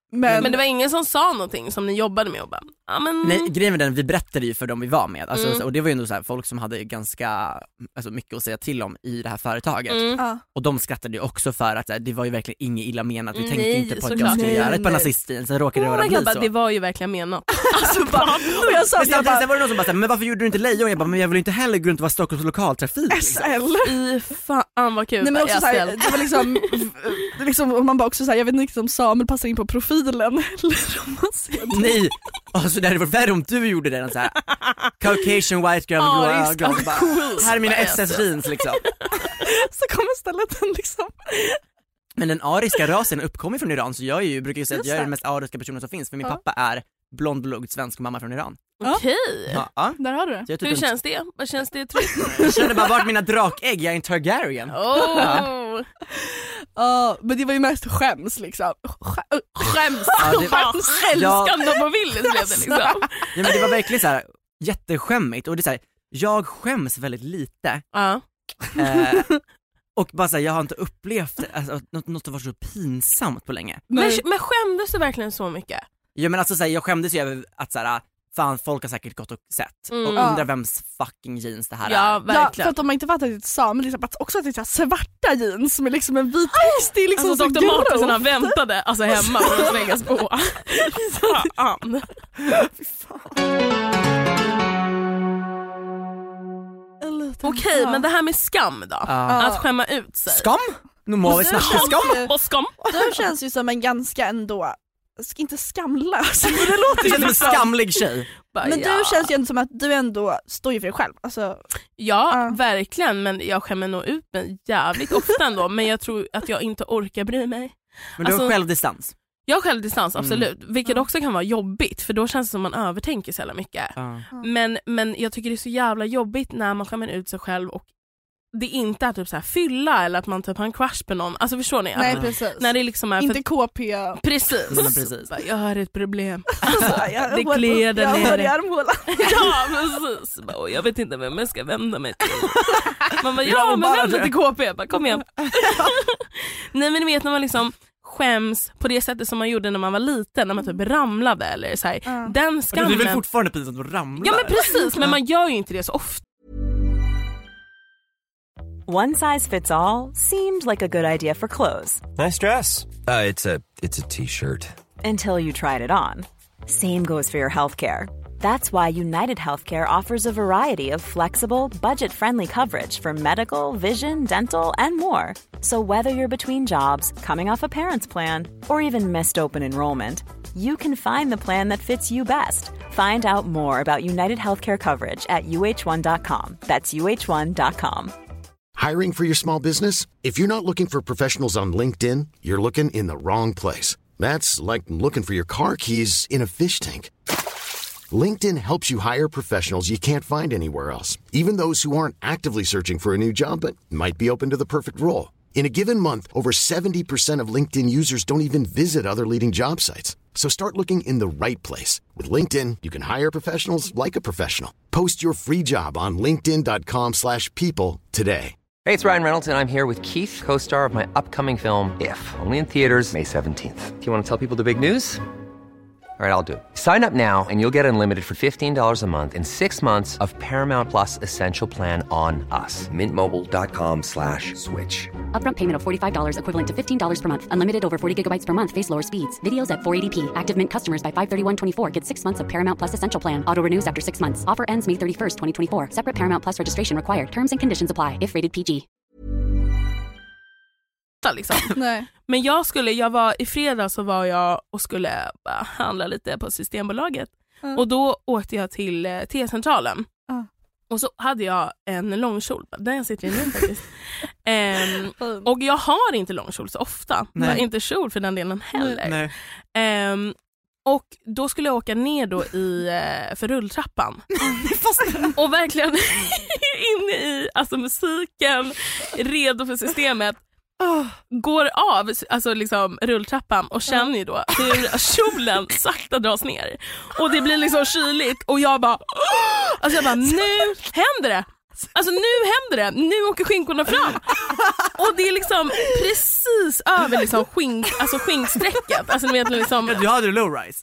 Men, Men det var ingen som sa någonting som ni jobbade med och bara, ja men... Nej, grejen med den, vi berättade ju för dem vi var med, alltså, Mm. och det var ju ändå så här, folk som hade ganska alltså, mycket att säga till om i det här företaget. Mm. ja. Och de skrattade ju också för att så här, det var ju verkligen inget illa menat, vi tänkte Nej, inte på att såklart. jag skulle Nej, göra ett par nej. nazistvin, sen råkade det Oh bara my bli God, bara, så. det var ju verkligen menat. Alltså bara, och jag sa Men att jag samtidigt bara, sen var det någon som bara, så här, men varför gjorde du inte lejon? Jag bara, men jag vill inte heller gå runt och vara Stockholms lokaltrafik. S Liksom. L. I fan vad kul. Nej men också Jag såhär, ställer- det var liksom, det liksom och man bara också såhär, jag vet inte riktigt om Samuel passar in på profilen eller om man ser det. Nej, alltså det hade varit värre om du gjorde det, en så här Caucasian white girl med Ja, blåa visst. ögon. Bara, Cool. här är mina Ja, S S jeans liksom. Så kommer istället en liksom. Men den ariska rasen uppkommer från Iran, så jag är ju, brukar ju säga att Just jag är det. den mest ariska personen som finns, för min Ja. pappa är blond blogg svensk mamma från Iran. Okej. Ja, ja. Där har du det. Så jag, typ Hur en- känns det? Vad känns det tryggt? jag kände bara, vart mina drakägg? Jag är en Targaryen. Oh. Ja, men det var ju mest skäms liksom. Sk- Skäms. Ja, det- Ja, Ja. Skandal på Willys blev det liksom. Ja, men det var verkligen så här jätteskämmigt, och det är så här, jag skäms väldigt lite. Ja. Eh, och bara så här, jag har inte upplevt alltså, något, något som var så pinsamt på länge. Men, Nej. men skämdes du verkligen så mycket? Ja, men alltså så här, jag skämdes ju över att så här, fan folk har säkert gått och sett Mm. och Ja. undrar vems fucking jeans det här Ja, är. Ja, verkligen. för att de har inte fattat att det är Samuel, liksom, att också att det är så här svarta jeans med liksom en vit text, det är liksom Alltså så doktor Martinsen grovt. han väntade alltså hemma för att slängas på. Fan. En liten- Okej, ja. men det här med skam då? Ja. Att skämma ut sig. Skam? Nu må vi snacka skam. Och skam. Du känns ju som en ganska ändå, inte skamlös, men det låter Du ju känns som en liksom. skamlig tjej. Bara, Men ja. du känns ju ändå som att du ändå står ju för dig själv. Alltså, Ja, Ja. verkligen, men jag skämmer nog ut mig jävligt ofta ändå, men jag tror att jag inte orkar bry mig. Men du har Alltså- självdistans. Jag har självdistans, absolut, Mm. vilket också kan vara jobbigt för då känns det som man övertänker så jävla mycket. Ja. Men, men jag tycker det är så jävla jobbigt när man skämmer ut sig själv och det inte är typ så här fylla eller att man typ har en crush på någon. Alltså förstår ni? nej Att, precis. när det liksom är Inte för, K P. precis. Ja, men precis. Bara, jag har ett problem. Jag det kliar där jag nere. har i armhålan. Ja precis. Bara, och jag vet inte vem jag ska vända mig till. Man bara, Ja, ja men men bara vänd dig det. till K P. Bara, kom igen. Nej men ni vet när man liksom skäms på det sättet som man gjorde när man var liten, när man typ ramlade eller så här. Ja. Den Men skammen. det är väl fortfarande pinsamt att ramla? Ja men precis, men man gör ju inte det så ofta. One size fits all seemed like a good idea for clothes Nice dress. Uh, it's a it's a t-shirt. until you tried it on. Same goes for your healthcare. That's why United Healthcare offers a variety of flexible, budget-friendly coverage for medical, vision, dental, and more. So whether you're between jobs, coming off a parent's plan, or even missed open enrollment, you can find the plan that fits you best. Find out more about United Healthcare coverage at U H one dot com. That's U H one dot com. Hiring for your small business? If you're not looking for professionals on LinkedIn, you're looking in the wrong place. That's like looking for your car keys in a fish tank. LinkedIn helps you hire professionals you can't find anywhere else, even those who aren't actively searching for a new job but might be open to the perfect role. In a given month, over seventy percent of LinkedIn users don't even visit other leading job sites. So start looking in the right place. With LinkedIn, you can hire professionals like a professional. Post your free job on linkedin dot com slash people today. Hey, it's Ryan Reynolds, and I'm here with Keith, co-star of my upcoming film, If, only in theaters May seventeenth. Do you want to tell people the big news? All right, I'll do it. Sign up now and you'll get unlimited for fifteen dollars a month and six months of Paramount Plus Essential Plan on us. Mint Mobile dot com slash switch. Upfront payment of forty-five dollars equivalent to fifteen dollars per month. Unlimited over forty gigabytes per month. Face lower speeds. Videos at four eighty p. Active Mint customers by five thirty-one twenty-four get six months of Paramount Plus Essential Plan. Auto renews after six months. Offer ends May thirty-first, twenty twenty-four. Separate Paramount Plus registration required. Terms and conditions apply if rated P G. Liksom. Nej. Men jag skulle, jag var i fredag så var jag och skulle bara handla lite på Systembolaget. Mm. Och då åkte jag till eh, T-centralen. Ja. Och så hade jag en långkjol, där jag sitter i nu faktiskt. Ehm, Fin. och jag har inte långkjol så ofta. Nej. Bara inte kjol för den delen heller. Nej. Ehm, och då skulle jag åka ner då i, eh, för rulltrappan. Och verkligen inne i alltså musiken, redo för systemet. Går av alltså liksom rulltrappan och känner ju då hur kjolen sakta dras ner och det blir liksom kyligt och jag bara alltså jag bara nu händer det Alltså nu händer det, nu åker skinkorna fram. Och det är liksom precis över liksom skink, alltså skinksträcket. Alltså ni vet liksom... Ja, du hade lowrise.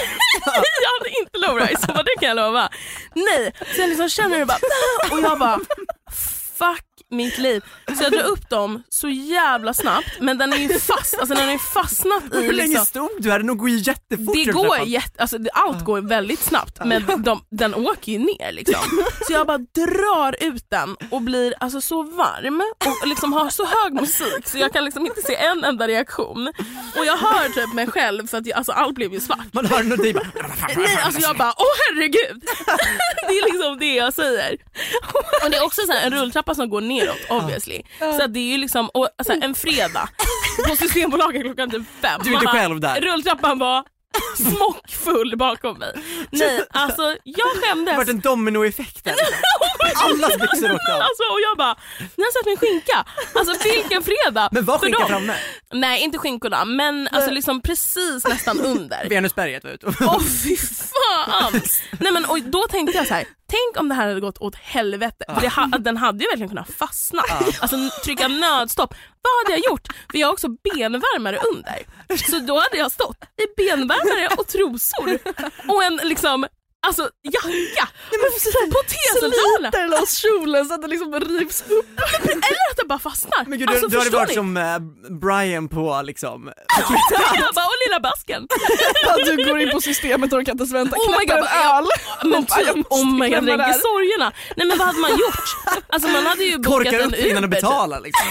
Jag hade inte lowrise, vad det kan jag lova. Nej, sen liksom känner du bara och jag bara fuck mitt liv. Så jag drar upp dem så jävla snabbt, men den är ju fast, alltså den är fastnat i. Hur länge liksom, stod du här? Det går ju jättefort. det går jätte, alltså allt går väldigt snabbt, men de, den åker ju ner liksom. Så jag bara drar ut den och blir alltså så varm och liksom har så hög musik så jag kan liksom inte se en enda reaktion. Och jag hör typ mig själv för att jag, alltså allt blev ju svart. Man hör nog dig bara... Nej, alltså jag bara, åh herregud. Det är liksom det jag säger. Och det är också så här, en rulltrappa som går neråt, obviously. Så att det är ju liksom, och, alltså, en fredag på Systembolaget klockan typ fem. Du är inte själv där. Rulltrappan var smockfull bakom mig. Nej, alltså jag skämdes. Det var en dominoeffekt där. Alla byxor åkte av. Alltså, och jag bara, när jag sett min skinka. Alltså vilken fredag. Men var skinka framme? Nej, inte skinkorna, men alltså liksom precis nästan under. Venusberget var ute. Åh oh, fy fan. Nej men och då tänkte jag så här. Tänk om det här hade gått åt helvete. För det ha, den hade ju verkligen kunnat fastna. Alltså trycka nödstopp. Vad hade jag gjort? För jag har också benvärmare under. Så då hade jag stått i benvärmare och trosor. Och en liksom, alltså jacka. På T-centralen. Sliter loss kjolen så att det liksom rivs upp. Eller att det bara fastnar. Men gud, alltså, du hade varit ni? som uh, Brian på liksom... Jag bara, och lilla basken. Du går in på systemet och kan inte vänta. Oh my God, en öl. Men typ, oh my God, dränker sorgerna. Nej men vad hade man gjort? Alltså man hade ju bokat Korkar en upp innan du Uber. betalar liksom.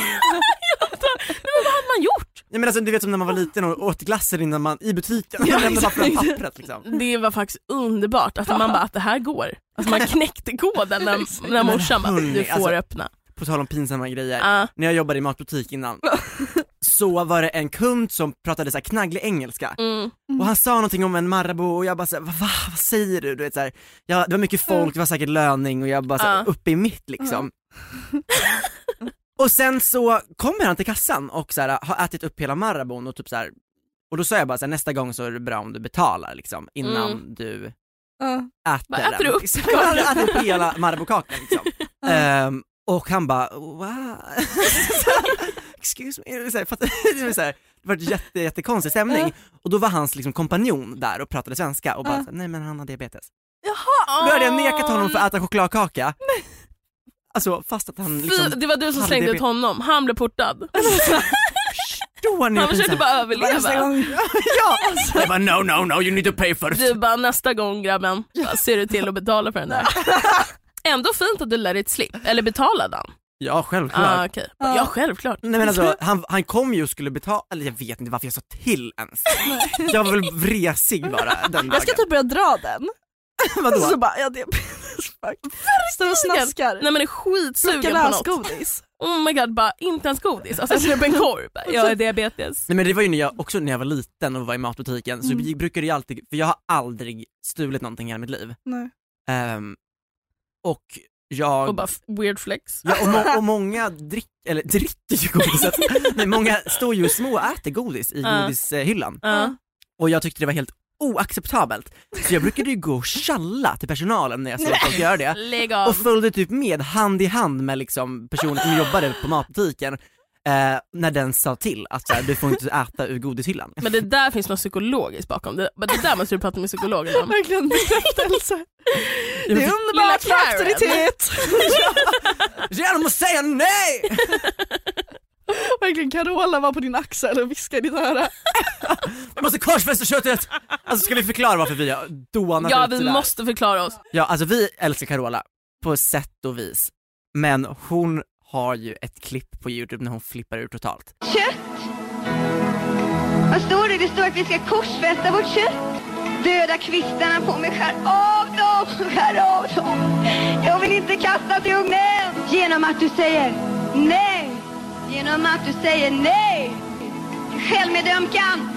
Nej men vad hade man gjort? Ja, men alltså, du vet som när man var liten och åt glassen innan man, i butiken. Ja, Man lämnade bara fram pappret liksom. Det var faktiskt underbart att man bara, att det här går. Alltså man knäckte koden när, när morsan bara, du får alltså, öppna. På tal om pinsamma grejer. Uh. När jag jobbade i matbutik innan så var det en kund som pratade så här knagglig engelska. Mm. Och han sa någonting om en Marabou och jag bara så här, va, va, vad säger du? Du vet, så här, ja, det var mycket folk, det var säkert löning och jag bara så här, Uh. uppe i mitt liksom. Och sen så kommer han till kassan och så här, har ätit upp hela Maraboun och typ så här, och då sa jag bara så här, nästa gång så är det bra om du betalar liksom innan Mm. du Uh. äter Vad den. äter du upp? Liksom. Han äter upp hela Marabou-kakan liksom. um, och han bara, wow. Excuse me. Så här, fattar, det, så här, det var en jätte, jättekonstig stämning. Uh. Och då var hans liksom, kompanjon där och pratade svenska och bara, uh. så här, nej men han har diabetes. Jaha. Då hade jag nekat honom för att äta chokladkaka. Nej. Alltså fast att han liksom... Fy, det var du som slängde ut honom, han blev portad. Han försökte bara överleva. Ja, alltså. Jag bara no no no you need to pay first. Du bara nästa gång grabben, bara, ser du till att betala för den där. Ändå fint att du lär dig ett slip, eller betalade han? Ja, självklart. Ah, okay. Ja, självklart. Nej men alltså, han, han kom ju och skulle betala, eller jag vet inte varför jag sa till ens. Jag var väl vresig bara den dagen. Jag ska typ börja dra den. Vadå? Så bara, ja det är står och snaskar. Nej men det är skitsugen på något. Godis. Oh my god, bara inte ens godis. Alltså jag en korv. Jag har diabetes. Nej men det var ju när jag, också när jag var liten och var i matbutiken så mm. brukade jag alltid, för jag har aldrig stulit någonting i hela mitt liv. Nej. Um, och jag... Och bara weird flex. Ja, och, må, och många drick, eller dricker ju godiset. Nej, många står ju små och äter godis i uh. godishyllan. Uh. Och jag tyckte det var helt oacceptabelt. Så jag brukade ju gå och tjalla till personalen när jag såg folk göra det. Lägg av. Och följde typ med hand i hand med liksom personer som jobbade på matbutiken eh, när den sa till att så här, du får inte äta ur godishyllan. Men det där finns något psykologiskt bakom. Det, men det där måste du prata med psykologen om. Verkligen bekräftelse. Det är underbart med auktoritet. Genom att säga nej! Verkligen, Carola var på din axel och viskade i ditt öra. Vi måste korsfästa köttet. Alltså ska vi förklara varför vi har dånat Ja, ut vi det där? måste förklara oss. Ja, alltså vi älskar Carola på sätt och vis. Men hon har ju ett klipp på YouTube när hon flippar ur totalt. Kött? Vad står det? Det står att vi ska korsfästa vårt kött. Döda kvistarna på mig, skär av dem, skär av dem. Jag vill inte kasta till ugnen. Genom att du säger nej. Genom att du säger nej. Självmedömkan.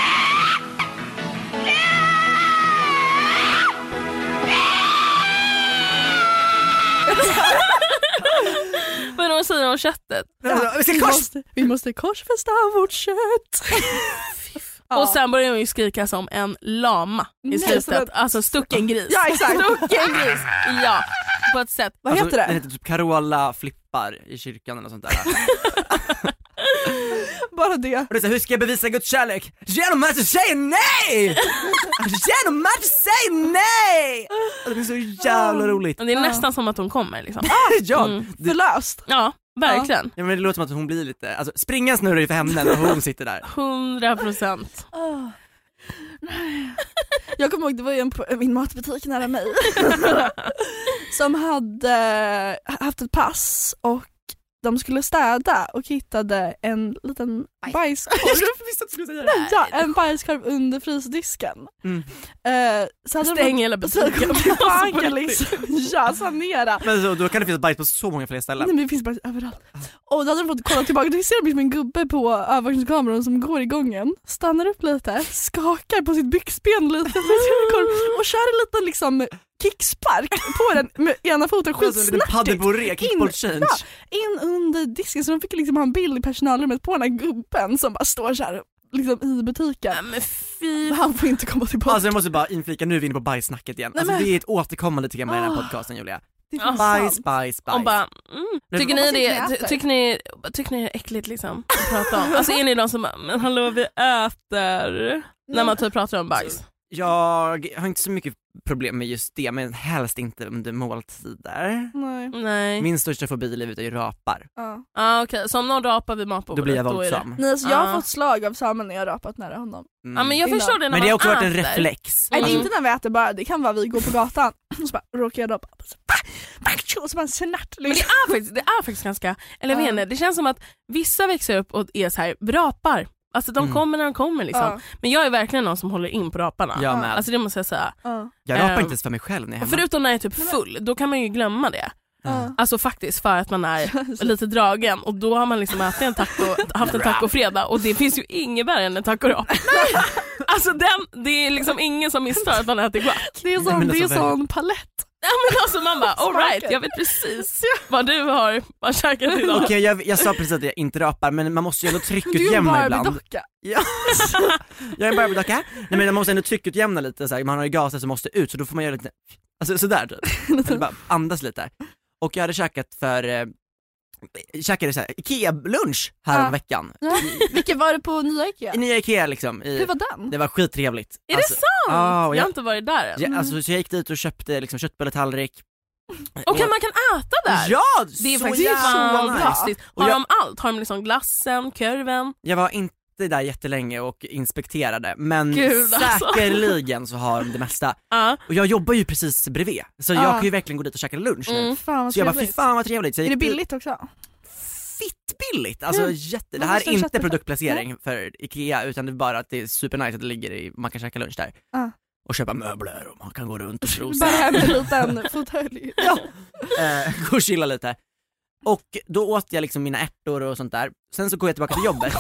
Vad är det de säger om köttet? Ja, vi, ska vi, kors... måste, vi måste korsfästa vårt kött. Och sen börjar hon ju skrika som en lama i slutet. Alltså stucken gris. Ja, exakt. Stucken gris. Ja. på ett sätt. Vad alltså, heter det? Den heter typ Carola flippar i kyrkan eller sånt där. Bara det. Och det är så här, hur ska jag bevisa Guds kärlek? Genom att säga nej! Genom att säga nej! Det är så jävla roligt. Det är nästan som att hon kommer liksom. Ja, Mm. det, Förlöst. Ja, verkligen. ja, men det låter som att hon blir lite, alltså springa snurrar ju för henne när hon sitter där. Hundra procent. Oh. Jag kommer ihåg, det var ju en, min matbutik nära mig som hade haft ett pass och de skulle städa och hittade en liten bajskorv. Ja, en bajskorv under frysdisken. Mm. Uh, så hade Stäng de, hela butiken. Så kom tillbaka liksom. Ja, sanera. Men så, då kan det finnas bajs på så många fler ställen. Nej, men det finns bajs överallt. Och då hade de fått kolla tillbaka. Då ser de en gubbe på övervakningskameran som går i gången, stannar upp lite, skakar på sitt byxben lite och kör en liten liksom kickspark på den med ena foten skitsnärtigt. Padelboré, kickball change. Ja, in under disken, så de fick liksom ha en bild i personalrummet på den här gubben som bara står så här liksom i butiken. Nej, men fy. Han får inte komma tillbaka. Alltså jag måste bara inflika, nu är vi inne på bajssnacket igen. Alltså, Nej, men... det är ett återkommande tema i den här Oh. podcasten, Julia. Det Ja. Bajs, bajs, bajs. Och bara, mm. Tycker ni det, ty, tycker ni, tycker ni det är äckligt liksom att prata om? Alltså är ni de som bara, men hallå vi äter när man typ pratar om bajs? Jag har inte så mycket problem med just det, men helst inte under måltider. Nej. Nej. Min största fobi i livet är ju rapar. Ja. Ah, okej, okay. Så om någon rapar vid matbordet, Då blir jag då är det... våldsam. Nej, så jag har Ah. fått slag av Samuel när jag har rapat nära honom. Mm. Ja, men jag Innan. förstår det när Men det har också man varit en äter. reflex. Nej, Mm. inte när vi äter bara, det kan vara vi går på gatan och så bara råkar jag rapa och så, och så bara snärt Men det liksom. är faktiskt, det är faktiskt ganska, eller jag vet inte, det känns som att vissa växer upp och är så här rapar. Alltså de Mm. kommer när de kommer liksom. Ja. Men jag är verkligen någon som håller in på raparna. Jag med. Alltså det måste jag säga. Ja. Jag rapar Ehm, inte ens för mig själv när jag är hemma. Förutom när jag är typ full, då kan man ju glömma det. Ja. Alltså faktiskt för att man är lite dragen och då har man liksom ätit en taco, haft en tacofredag och det finns ju inget värre än en tacorap. Alltså den, det är liksom ingen som missar att man äter glatt. Det är Nej, sån, men det är alltså, sån palett. Ja men alltså man bara, all right, jag vet precis vad du har vad käkat idag. Okej, jag, jag sa precis att jag inte rapar, men man måste ju ändå Du är en tryckutjämna ibland. Barbie-docka. Ja. Jag är en Barbie-docka. Nej, men man måste ändå tryckutjämna lite så här. Man har ju gaser som måste ut, så då får man göra lite, alltså sådär typ. Eller bara andas lite. Och jag hade käkat för eh, käkade så här Ikea-lunch här Ja. om veckan. Ja. Vilken var det på nya Ikea? I nya Ikea liksom. I, Hur var den? det var skittrevligt. Är alltså, det sant? Ja, och jag har jag, inte varit där än. ja, alltså, så jag gick dit och köpte liksom köttbulletallrik. Och kan man kan äta där? Ja, Det är så faktiskt jävla fantastiskt. Och Har jag- de allt? Har de liksom glassen, kurven? Jag var inte där jättelänge och inspekterade, men Gud, alltså. säkerligen så har de det mesta. Ja. Och jag jobbar ju precis bredvid, så jag Ja. kan ju verkligen gå dit och käka lunch nu. Mm. Fan vad Så jag bara, fy trevligt. fan vad trevligt. Så jag Är det gick dit- billigt också? Fitt billigt, alltså Mm. jätte, det Vad här kostar är inte köttet? produktplacering för Ikea, utan det är bara att det är supernice att det ligger i, man kan käka lunch där. Ja. Och köpa möbler och man kan gå runt och Bara strosa. här med en liten fåtölj. Ja. eh, gå och chilla lite. Och då åt jag liksom mina ärtor och sånt där. Sen så går jag tillbaka till jobbet.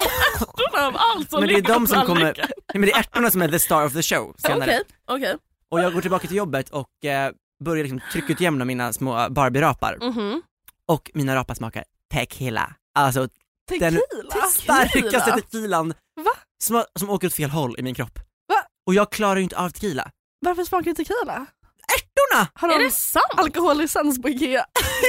Av allt som Men det är ligger de på som kommer, tallriken. nej, men det är ärtorna som är the star of the show senare. Okej, okej. Och jag går tillbaka till jobbet och eh, börjar liksom tryckutjämna mina små Barbie-rapar. Mhm. Och mina rapar smakar tequila. Alltså Tequila? den starkaste tequilan Va? som, som åker åt fel håll i min kropp. Va? Och jag klarar ju inte av tequila. Varför smakar det tequila? Ärtorna! Har Är de det sant? alkohollicens på Ikea?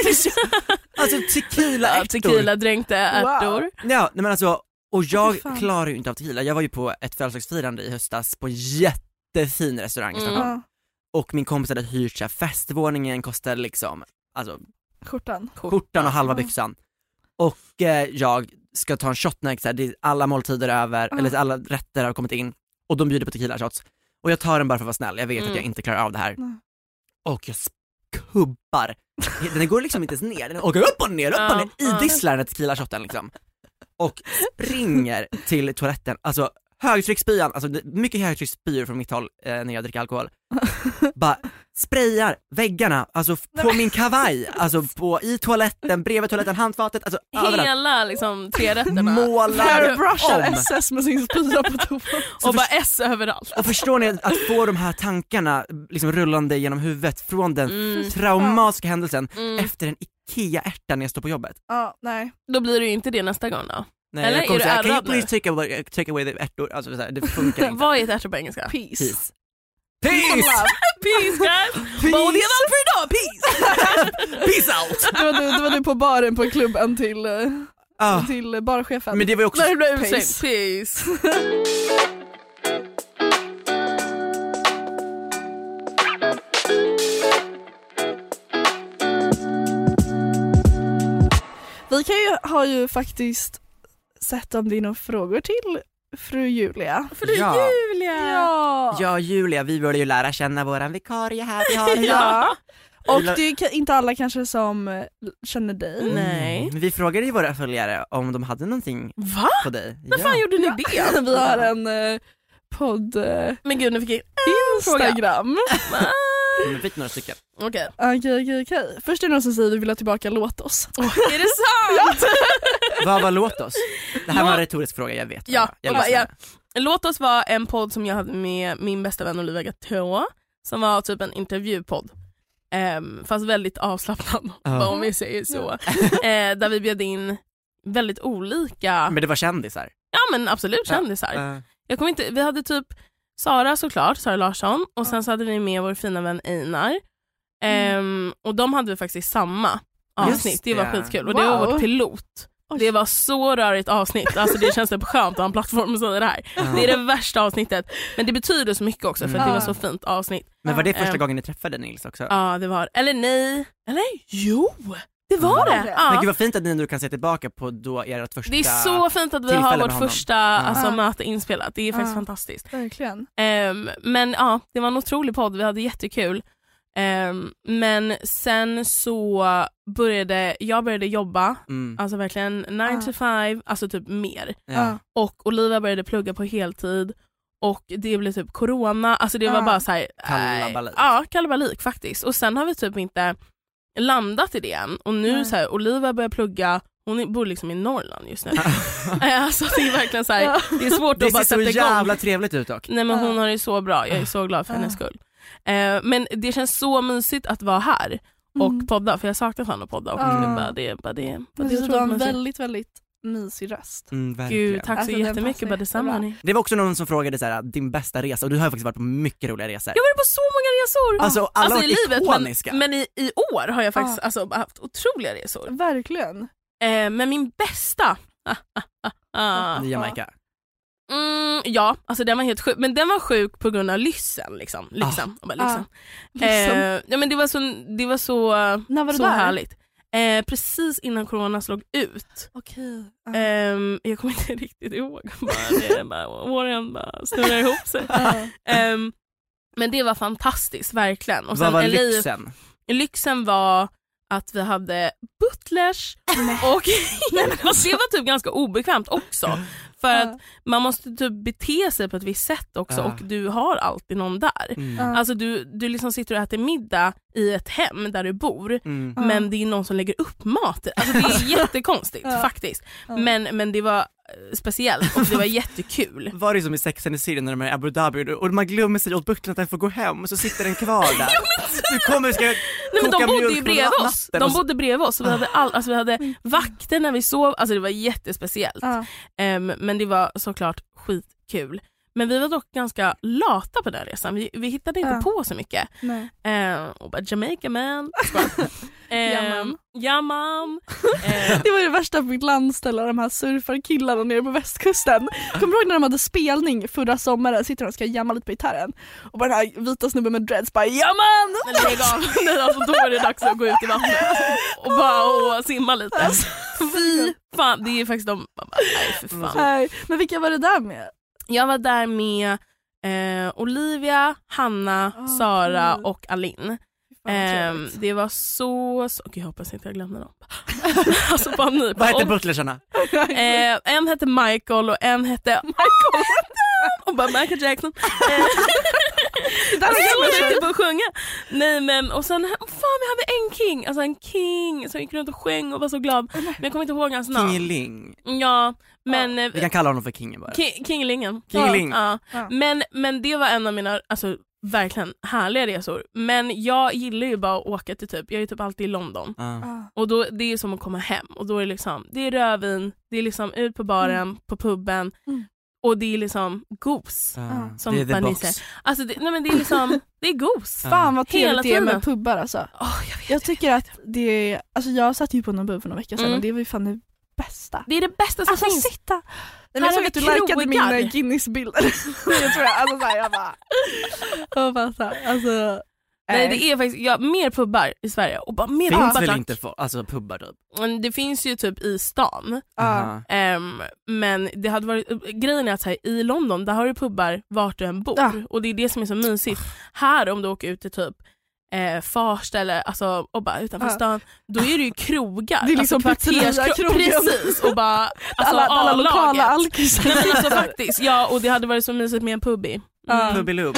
Alltså tequila Ja, ärtor. tequila dränkte ärtor. Wow. Ja, nej men alltså, och jag Fy fan. klarar ju inte av tequila. Jag var ju på ett födelsedagsfirande i höstas på en jättefin restaurang i Mm. Stockholm. Ja. Och min kompis hade hyrt sig, festvåningen kostade liksom, alltså Skjortan. skjortan och halva Ja. byxan. Och eh, jag ska ta en shot när så här, det är alla måltider över, Ja. eller alla rätter har kommit in. Och de bjuder på tequila shots. Och jag tar den bara för att vara snäll, jag vet Mm. att jag inte klarar av det här. Nej. Och jag skubbar. Den går liksom inte ens ner, den åker upp och ner, upp Ja, och ner, ja. idisslar den här tequila-shotten liksom. Och springer till toaletten, alltså högtrycksspyan, alltså det- mycket högtrycksspyor från mitt håll eh, när jag dricker alkohol. Bara sprayar väggarna, alltså f- på min kavaj, alltså på, i toaletten, bredvid toaletten, handfatet, alltså överallt. Hela liksom trerätterna. Målar Airbrushar om. S S med sin spya på toan. Och bara S överallt. Och förstår ni att få de här tankarna liksom rullande genom huvudet från den Mm. traumatiska händelsen Mm. efter en Ikea-ärta när jag står på jobbet. Ja, nej. Då blir det ju inte det nästa gång då. Nej, Eller jag kommer är du säga, can you ärrad nu? please take away, take away the ärtor? Alltså så här, det funkar inte. Vad är ett ärtor på engelska? Peace. Peace. Peace! Peace guys! Peace. Och det var allt för idag, peace! Peace out! Det var, du, det var du på baren på klubben till, eh, Ah. till barchefen. Men det var ju också... När det blev Peace. utsläppt, peace! Vi kan ju, har ju faktiskt sett om det är några frågor till fru Julia. Fru Ja. Julia! Ja. Ja, Julia, vi borde ju lära känna våran vikarie här vi har idag. Ja. Och Vill- det är ka- inte alla kanske som eh, känner dig. Nej. Mm. Vi frågade ju våra följare om de hade någonting Va? på dig. När fan gjorde ni det? Vi har en eh, podd eh, Men gud, nu fick jag fråga. Instagram. Men vi fick några stycken. Okej. Okej, okej, okej. Först är det någon som säger vi vill ha tillbaka Låt oss. Är det sant? Vad var Låt oss? Det här var en Låt- retorisk fråga, jag vet. Ja, jag och bara, lyssnar. ja. Låt oss vara en podd som jag hade med min bästa vän Olivia Gatå, som var typ en intervjupodd. Um, fast väldigt avslappnad, Ja. om vi säger så. eh, där vi bjöd in väldigt olika, Men det var kändisar. ja men absolut kändisar. Uh, Jag kommer inte, vi hade typ Sara såklart, Sara Larsson, och sen så hade vi med vår fina vän Einar. Um, och de hade vi faktiskt i samma avsnitt. Just Det var det. skitkul. Och det var Wow. vårt pilot. Det var så rörigt avsnitt. Alltså det känns typ skönt att ha en plattform och säga det här. Ja. Det är det värsta avsnittet. Men det betyder så mycket också för att det var Mm. så fint avsnitt. Men var det första Um, gången ni träffade Nils också? Ja, det var. Eller nej. Eller jo. Det var Var det. det? Men Ja. gud vad fint att ni nu kan se tillbaka på då ert första... Det är så fint att vi tillfälle har med vårt honom. första alltså, Ja. möte inspelat. Det är faktiskt Ja. fantastiskt. Verkligen. Um, men ja, det var en otrolig podd. Vi hade jättekul. Um, men sen så började jag började jobba, Mm. alltså verkligen nine Ja. to five, alltså typ mer. Ja. Och Olivia började plugga på heltid och det blev typ corona, alltså det var Ja. bara så här, Kalabalik. äh, ja, kalabalik faktiskt. Och sen har vi typ inte landat i det än. Och nu Nej. så här, Olivia börjar plugga, hon bor liksom i Norrland just nu. Alltså det är verkligen så här, Ja. det är svårt Det att bara ser så sätta igång. jävla trevligt ut dock. Nej men hon Ja. har det så bra, jag är så glad för Ja. hennes skull. Eh, men det känns så mysigt att vara här och Mm. podda, för jag saknar fan att podda och Ja. det är bara det, bara det, bara Men det är du har otroligt en mysigt. väldigt, väldigt mysig röst. Mm, verkligen. Gud, tack så Alltså, den jättemycket, passar bara detsamma jättebra. hörni. Det var också någon som frågade så här, din bästa resa, och du har ju faktiskt varit på mycket roliga resor. Jag har varit på så många resor! Alltså alla Alltså, har i varit livet, men, ikoniska. men i, i år har jag faktiskt Ja. alltså, haft otroliga resor. Verkligen. Eh, men min bästa, ah, ah, ah, ah. Jamaica. Mm, ja, alltså den var helt sjuk, men den var sjuk på grund av lyssen liksom. Lyssen. Och bara, lyssen. Liksom. Eh, ja, men det var så, det var så, När var du så där? härligt. Eh, precis innan corona slog ut. Okej. Ehm, jag kommer inte riktigt ihåg. Bara, det, bara, åren bara snurrar ihop sig. Ja. Ehm, men det var fantastiskt, verkligen. Och Vad sen var L A lyxen? lyxen var att vi hade butlers och, och det var typ ganska obekvämt också. För att man måste typ bete sig på ett visst sätt också Ja. och du har alltid någon där. Mm. Ja. Alltså du, du liksom sitter och äter middag i ett hem där du bor, Mm. Ja. men det är någon som lägger upp mat. Alltså det är jättekonstigt Ja. faktiskt. Ja. Men, men det var eh, speciellt och det var jättekul. Var det som i Sex and the City när de är i Abu Dhabi och man glömmer sig åt butlern att den får gå hem och så sitter den kvar där. Du kommer ska Nej, men de koka bodde mjölk ju på bredvid natten oss. och De så- bodde bredvid oss. Vi hade, all, alltså vi hade vakter när vi sov. Alltså det var jättespeciellt. Ja. Ehm, men det var såklart skitkul. Men vi var dock ganska lata på den resan. Vi, vi hittade inte Ja. på så mycket. Nej. Ehm, och bara Jamaica man. Ehm, Ja, man. ja, man. Ehm, Det var det värsta på mitt landställe, de här surfarkillarna nere på västkusten. Kommer du ihåg när de hade spelning förra sommaren, sitter de och ska jamma lite på gitarren och bara den här vita snubben med dreads bara jamman! men lägg av. Nej, alltså, då är det dags att gå ut i vattnet och bara och simma lite. Fy fan, det är faktiskt de... Nej, för fan. Nej, men vilka var det där med? Jag var där med eh, Olivia, Hanna, Ah, Sara kul. och Alin. Fan, vad Ehm, trevligt. det var så... så okay, jag hoppas inte jag glömde dem. Alltså panik. Vad heter Och, butlersarna? Mm. eh, en hette Michael och en hette Michael och bara Michael Jackson. Eh, alltså, jag var riktigt på att sjunga. Nej men och sen fan vi hade en king, alltså en king som gick runt och sjöng och var så glad. Men jag kommer inte ihåg hans namn. Kingeling. Ja, men eh, Vi kan kalla honom för Kingen bara. Ki- Kingelingen. Kingeling. Ja. Ja. Men, men det var en av mina alltså, verkligen härliga resor. Men jag gillar ju bara att åka till typ, jag är typ alltid i London. Ja. Ah. Och då, det är som att komma hem. Och då är det liksom, det är rödvin, det är liksom ut på baren, Mm. på puben. Mm. Och det är liksom gos. Uh, som det är the box. Säger. Alltså det, nej men det är liksom, det är gos. Uh. Fan vad trevligt det är med tiden. pubbar alltså. Oh, jag vet, jag tycker att det är, alltså jag satt ju på någon pub för några veckor sedan mm. och det var ju fan det bästa. Det är det bästa som alltså, finns. Sitta. Nej, men jag såg att du likade min Guinness-bild. Jag tror jag, alltså såhär, jag bara... Jag bara såhär, alltså... Nej det är faktiskt, ja, mer pubbar i Sverige och bara mer finns pubbar. Väl inte för, alltså pubbar typ? Det finns ju typ i stan. Uh-huh. Um, men det hade varit, grejen är att här, i London där har du pubbar vart du än bor. Ja. Och det är det som är så mysigt. Här om du åker ut till typ eh, Farsta eller alltså, och bara utanför ja. stan, då är det ju krogar. Det är liksom alltså, kvarterskrogen. Precis, och bara alltså, alla, alla lokala alkisar. Nej men alltså faktiskt, ja, och det hade varit så mysigt med en pubby. Mm. Pubbilub.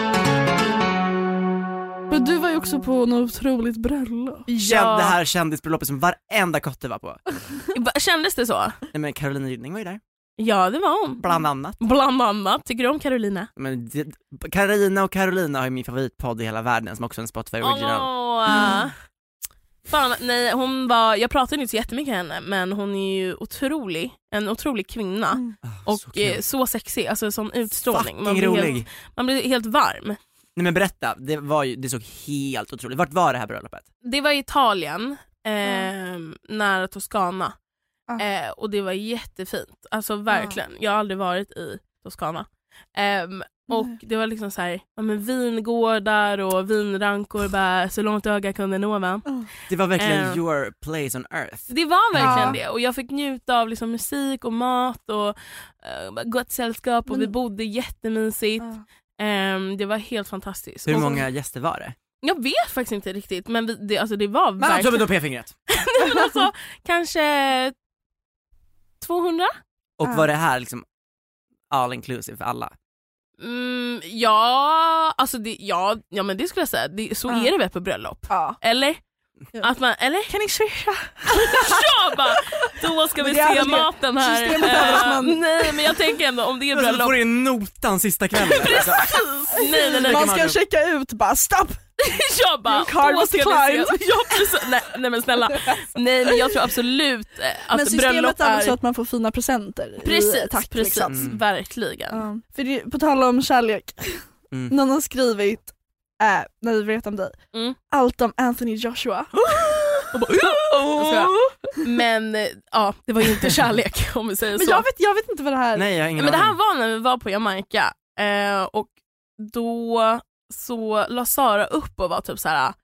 Men du var ju också på något otroligt bröllop. Ja. Det här kändisbröllopet som varenda kotte var på. Kändes det så? Nej men Carolina Gynning var ju där. Ja det var hon. Bland annat. Bland annat. Tycker du om Carolina? Men det, Carolina och Carolina har ju min favoritpodd i hela världen som också är en Spotify original. Oh, mm. Fan, nej, hon var, jag pratade inte så jättemycket med henne, men hon är ju otrolig. En otrolig kvinna. Mm. Och så, eh, så sexig, alltså sån utstrålning. Man blir, rolig. Helt, man blir helt varm. Nej men berätta, det, var ju, det såg helt otroligt. Vart var det här bröllopet? Det var i Italien, eh, mm. nära Toscana. Mm. Eh, och det var jättefint. Alltså verkligen, mm. jag har aldrig varit i Toscana. Eh, och mm. det var liksom så här, ja, men vingårdar och vinrankor bara så långt öga kunde nå va? Mm. Det var verkligen eh, your place on earth. Det var verkligen ja. det. Och jag fick njuta av liksom musik och mat och uh, gott sällskap och mm. vi bodde jättemysigt. Mm. Um, det var helt fantastiskt. Hur många gäster var det? Jag vet faktiskt inte riktigt, men vi, det, alltså det var men verkligen... Men då p-fingret? men alltså, kanske tvåhundra? Och var det här liksom all inclusive för alla? Mm, ja, alltså det, ja, ja, men det skulle jag säga. Det, så uh. är det väl på bröllop? Uh. Eller? Ja. Att man, eller? Kan ni swisha? Ja, bara, då ska vi se maten här. Uh, man... Nej, men jag tänker ändå om det är bröllop. Så får du en notan sista kvällen. Precis. nej, nej, nej. Man ska checka ut, bara stopp. Jag bara, då ska vi se. Ja, precis. Nej, nej men snälla. Nej, men jag tror absolut att men bröllop är... är så att man får fina presenter. Precis, tack, precis. Liksom. Mm. Verkligen. Ja. För det, på tal om kärlek. Mm. Någon har skrivit Äh, när vi vet om dig. Mm. Allt om Anthony Joshua. Och bara, oh. Men ja, det var ju inte kärlek om vi säger men så. Jag vet, jag vet inte vad det här. Nej, jag har ingen men det här aning. var när vi var på Jamaica eh, och då så la Sara upp och var typ så här.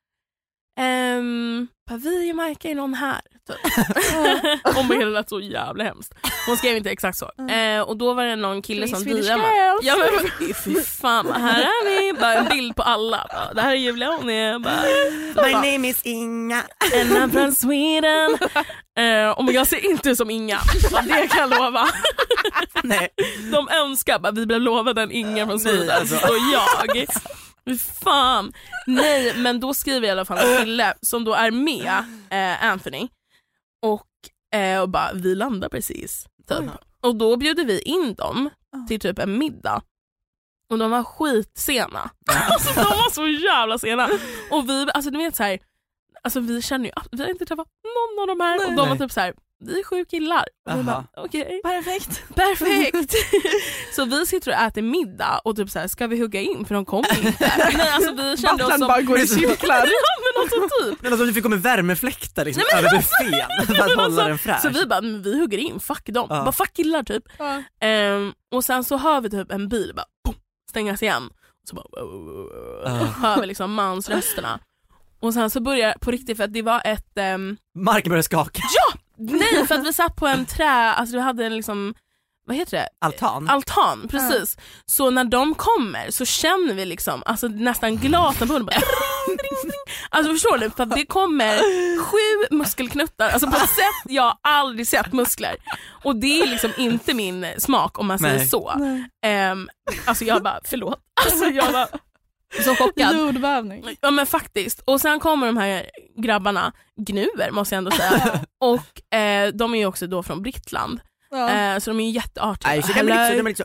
Ehm, vi i Jamaica är någon här typ. Om det lät så jävla hemskt. Hon skrev inte exakt så. Eh, och då var det någon kille som D M:ade. Ja men fy fan, här är vi. Bara en bild på alla. Bara, det här är Julia, hon är bara, my bara, name is Inga. And I'm from Sweden. Eh, och jag ser inte som Inga. Det kan jag lova. Nej. De önskar bara, vi blev lovade en Inga från Sweden. Nej, alltså. Och jag fan. Nej, men då skriver jag i alla fall en kille som då är med eh, Anthony och, eh, och bara, vi landar precis typ. Mm. Och då bjuder vi in dem till typ en middag och de var skitsena. Alltså de var så jävla sena. Och vi, alltså du vet så här, alltså vi känner ju, vi har inte träffat någon av de här. Nej. Och de var typ så här, vi är sju killar. Och bara, okay. Perfekt. Perfekt. Så vi sitter och äter middag och typ så här, ska vi hugga in för de kommer inte. Nej, alltså vi kände oss som bara går i cirklar. Ja, men alltså typ. Men alltså vi fick komma värmefläktar liksom över buffén för att hålla alltså, den fräsch. Så vi bara, men vi hugger in, fuck dem. Ja. Bara fuck killar typ. Ja. Um, och sen så hör vi typ en bil bara boom, stängas igen. Och så bara uh, hör vi liksom mansrösterna. Och sen så börjar på riktigt, för att det var ett um... marken började skaka. Ja! Nej, för att vi satt på en trä, alltså vi hade en liksom, vad heter det? Altan. Altan, precis. Mm. Så när de kommer så känner vi liksom, alltså nästan glasen på bara, alltså förstår du? För att det kommer sju muskelknuttar, alltså på ett sätt jag aldrig sett muskler. Och det är liksom inte min smak om man säger Nej. så. Um, alltså jag bara, förlåt. Alltså jag bara så chockad. Jordbävning. Ja men faktiskt. Och sen kommer de här grabbarna, gnuer måste jag ändå säga. Och eh, de är ju också då från Brittland. Ja. Eh, så de är ju jätteartiga. Nej, så de är lite så.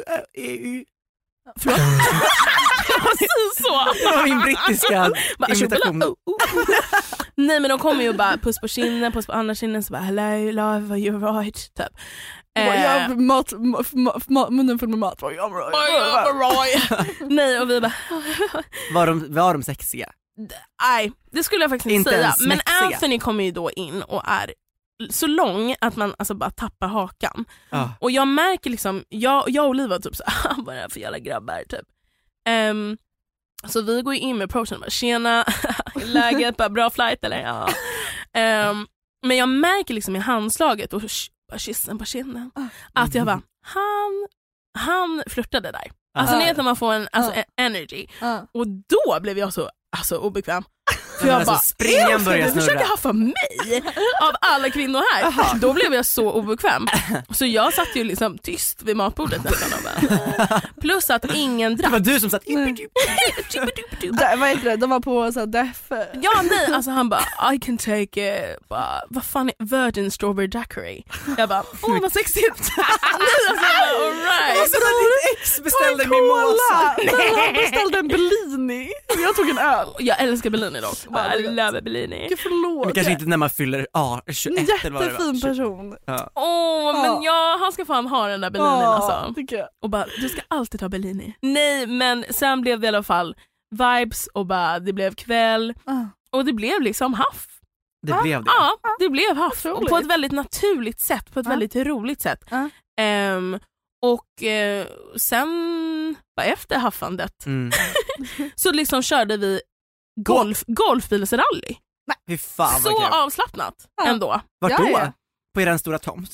Förlåt? Precis så. Det var min brittiska imitation. Nej men de kommer ju bara puss på kinden, puss på andra kinden, så bara hello love, you're right typ. Eh, jag mat, mat, mat, munnen full med mat. Oh, I'm right. Nej och vi bara var, de, var de sexiga? Nej, det skulle jag faktiskt inte säga. Men Anthony kommer ju då in och är så lång att man alltså bara tappar hakan. Ah. Och jag märker liksom, jag, jag och Oliva typ så här, vad är det för jävla grabbar typ. Um, så vi går in med approachen och bara, tjena, läget, bara bra flight eller? Ja. Um, men jag märker liksom i handslaget och bara kyssen på kinden att jag bara, han, han flörtade där. Alltså ni vet när man får en alltså, uh. energy. Uh. Och då blev jag så alltså, obekväm. För jag alltså, bara, springen börjar snurra. Du försöker haffa mig av alla kvinnor här. Aha. Då blev jag så obekväm. Så jag satt ju liksom tyst vid matbordet nästan. Bara. Plus att ingen drack. Det var du som satt. Där, vad heter det? De var på så deff. Ja, nej. Alltså han bara, I can take it. Bara, vad fan är Virgin Strawberry Daiquiri? Jag bara, åh vad sexigt. Nej, alltså, all right. Och så ditt ex beställde mimosa. Nej, han beställde en Bellini. Jag tog en öl. Jag älskar Bellini dock. Bara, I love Bellini. Gud, förlåt. Men kanske inte när man fyller ah, tjugoett eller vad det var. Jättefin person. Åh, ja. oh, men ja, han ska fan ha den där Bellini oh, alltså. Tycker jag. Och bara, du ska alltid ta Bellini. Nej, men sen blev det i alla fall vibes och bara, det blev kväll. Uh. Och det blev liksom haff. Det uh. blev det? Ja, det blev haff. Och på ett väldigt naturligt sätt, på ett uh. väldigt roligt sätt. Uh. Um, och uh, sen, bara efter haffandet, mm. så liksom körde vi golf, golfbilsrally. Fy fan, så avslappnat ja. Ändå. Vart då? Ja, ja. På er stora tomt?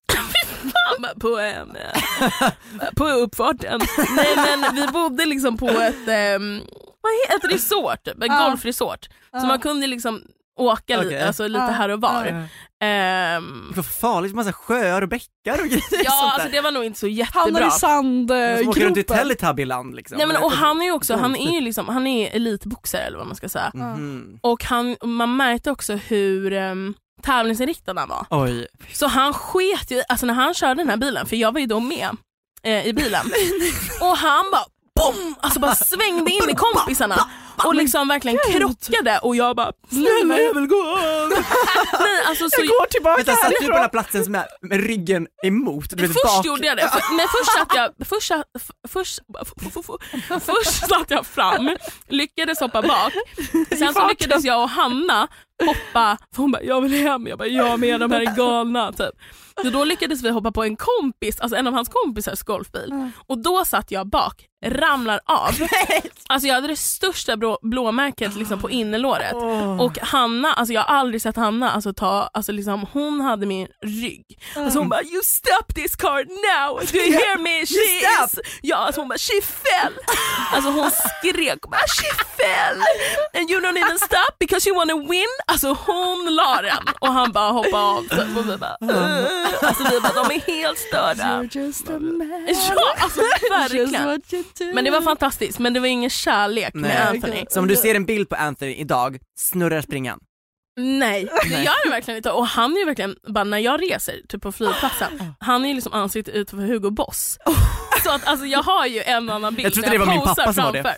på en på uppfarten. Nej men vi bodde liksom på ett um, vad heter ett resort, ett ja. golfresort. Ja. Så man kunde liksom åka okay. li- alltså lite ja. här och var. Ja. Um, det var farligt, massa sjöar och bäckar och grejer. Ja, alltså det var nog inte så jättebra. Han är i sandgropen. Åker runt i Teletubbyland liksom. Nej men och han är ju också, han är ju liksom, han är elitboxare eller vad man ska säga. Mm. Och han, man märkte också hur um, tävlingsinriktad han var. Oj. Så han sket ju, alltså när han körde den här bilen, för jag var ju då med eh, i bilen. Och han bara boom, alltså bara svängde in i kompisarna och liksom verkligen krockade och jag bara snälla jag vill gå. Nej, alltså så jag går tillbaka. Vänta, satt du på den här platsen som är med ryggen emot? Du först bak. gjorde jag det, för, men först satt jag först, först, först, först satt jag fram, lyckades hoppa bak. Sen så lyckades jag och Hanna hoppa, för hon bara jag vill hem, jag bara jag med, de här är galna typ. Så då lyckades vi hoppa på en kompis, alltså en av hans kompisars golfbil. Mm. Och då satt jag bak, ramlar av. Alltså jag hade det största blå, blåmärket liksom på innerlåret. Oh. Och Hanna, alltså jag har aldrig sett Hanna alltså ta, alltså liksom hon hade min rygg. Mm. Alltså hon bara you stop this car now. Do you hear me? She is. Ja, alltså hon bara she fell. Alltså hon skrek bara she fell. And you don't even stop because you want to win. Alltså hon la den och han bara hoppade av typ, och vi bara uh. Alltså vi bara, de är helt störda. You're just a man. Ja, alltså verkligen. Men det var fantastiskt, men det var ingen kärlek Nej. med Anthony. Så om du ser en bild på Anthony idag, snurrar springan? Nej, det gör det verkligen inte. Och han är ju verkligen, bara när jag reser typ på flygplatsen, han är ju liksom ansiktet ut för Hugo Boss. Så att alltså jag har ju en annan bild. Jag trodde det var min pappa som var det.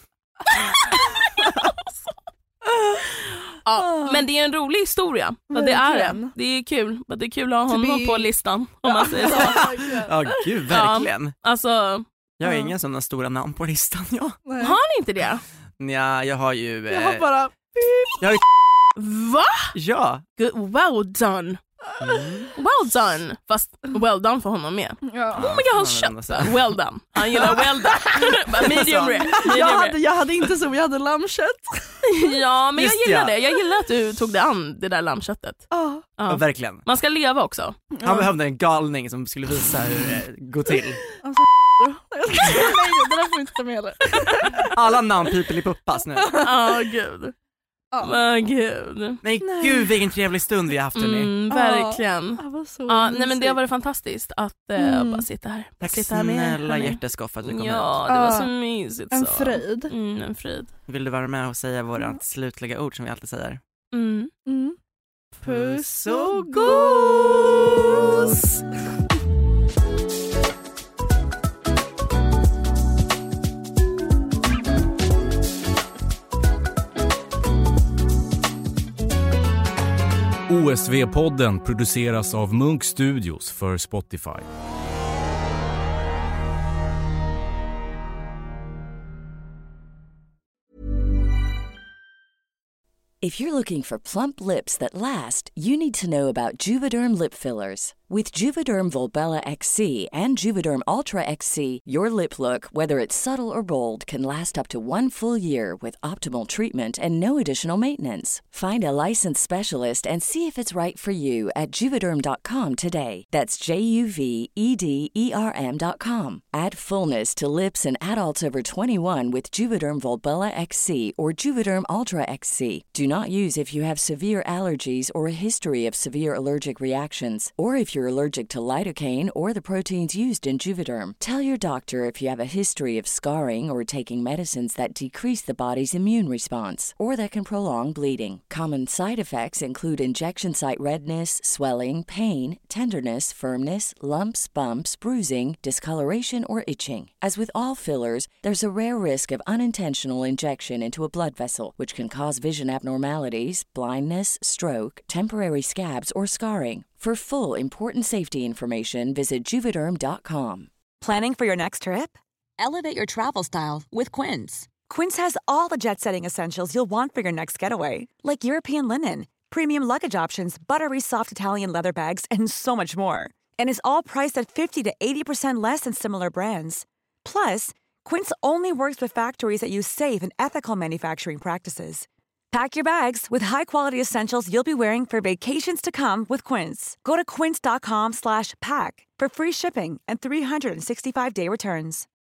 Ja, men det är en rolig historia. Men det är det. Det är kul. Men det är kul att ha honom be... på listan om man säger så. Ja, gud, verkligen. Ja, alltså, jag har inga sådana stora namn på listan. Ja. Har ni inte det? Ja, jag har ju... Jag har bara... Jag har ju... Va? Ja. Good, well done. Mm. Well done. Fast well done för honom med. Ja. Oh my god, han köpt. Well done. Han gillar well done. Medium rare. Jag hade, jag hade inte så, jag hade lammkött. Ja, men Just jag gillar ja. det. Jag gillar att du tog det an det där lammköttet. Oh. Ja. Ja, verkligen. Man ska leva också. Han ja. behövde en galning som skulle visa hur det går till. Alltså, nej, det där får inte ta med det. Alla namn pipelipuppas nu. Ja, oh, gud. Oh. Men gud. Men gud, vilken trevlig stund vi har haft. Mm, verkligen. Oh, ja, nej, men det har varit fantastiskt att uh, mm. bara sitta här. Tack sitta här med snälla hjärteskoff att du kom Ja, hit. det var så mysigt. En så. fröjd. Mm, en fröjd. Vill du vara med och säga våra mm. slutliga ord som vi alltid säger? Mm. Mm. Puss och gos! O S V-podden produceras av Munk Studios för Spotify. If you're looking for plump lips that last, you need to know about Juvederm lip fillers. With Juvederm Volbella X C and Juvederm Ultra X C, your lip look, whether it's subtle or bold, can last up to one full year with optimal treatment and no additional maintenance. Find a licensed specialist and see if it's right for you at juvederm dot com today. That's J U V E D E R M dot com. Add fullness to lips in adults over twenty-one with Juvederm Volbella X C or Juvederm Ultra X C. Do not use if you have severe allergies or a history of severe allergic reactions, or if you're allergic to lidocaine or the proteins used in Juvederm. Tell your doctor if you have a history of scarring or taking medicines that decrease the body's immune response or that can prolong bleeding. Common side effects include injection site redness, swelling, pain, tenderness, firmness, lumps, bumps, bruising, discoloration, or itching. As with all fillers, there's a rare risk of unintentional injection into a blood vessel, which can cause vision abnormalities, blindness, stroke, temporary scabs, or scarring. For full, important safety information, visit Juvederm dot com. Planning for your next trip? Elevate your travel style with Quince. Quince has all the jet-setting essentials you'll want for your next getaway, like European linen, premium luggage options, buttery soft Italian leather bags, and so much more. And is all priced at fifty to eighty percent less than similar brands. Plus, Quince only works with factories that use safe and ethical manufacturing practices. Pack your bags with high-quality essentials you'll be wearing for vacations to come with Quince. Go to quince dot com slash pack for free shipping and three sixty-five day returns.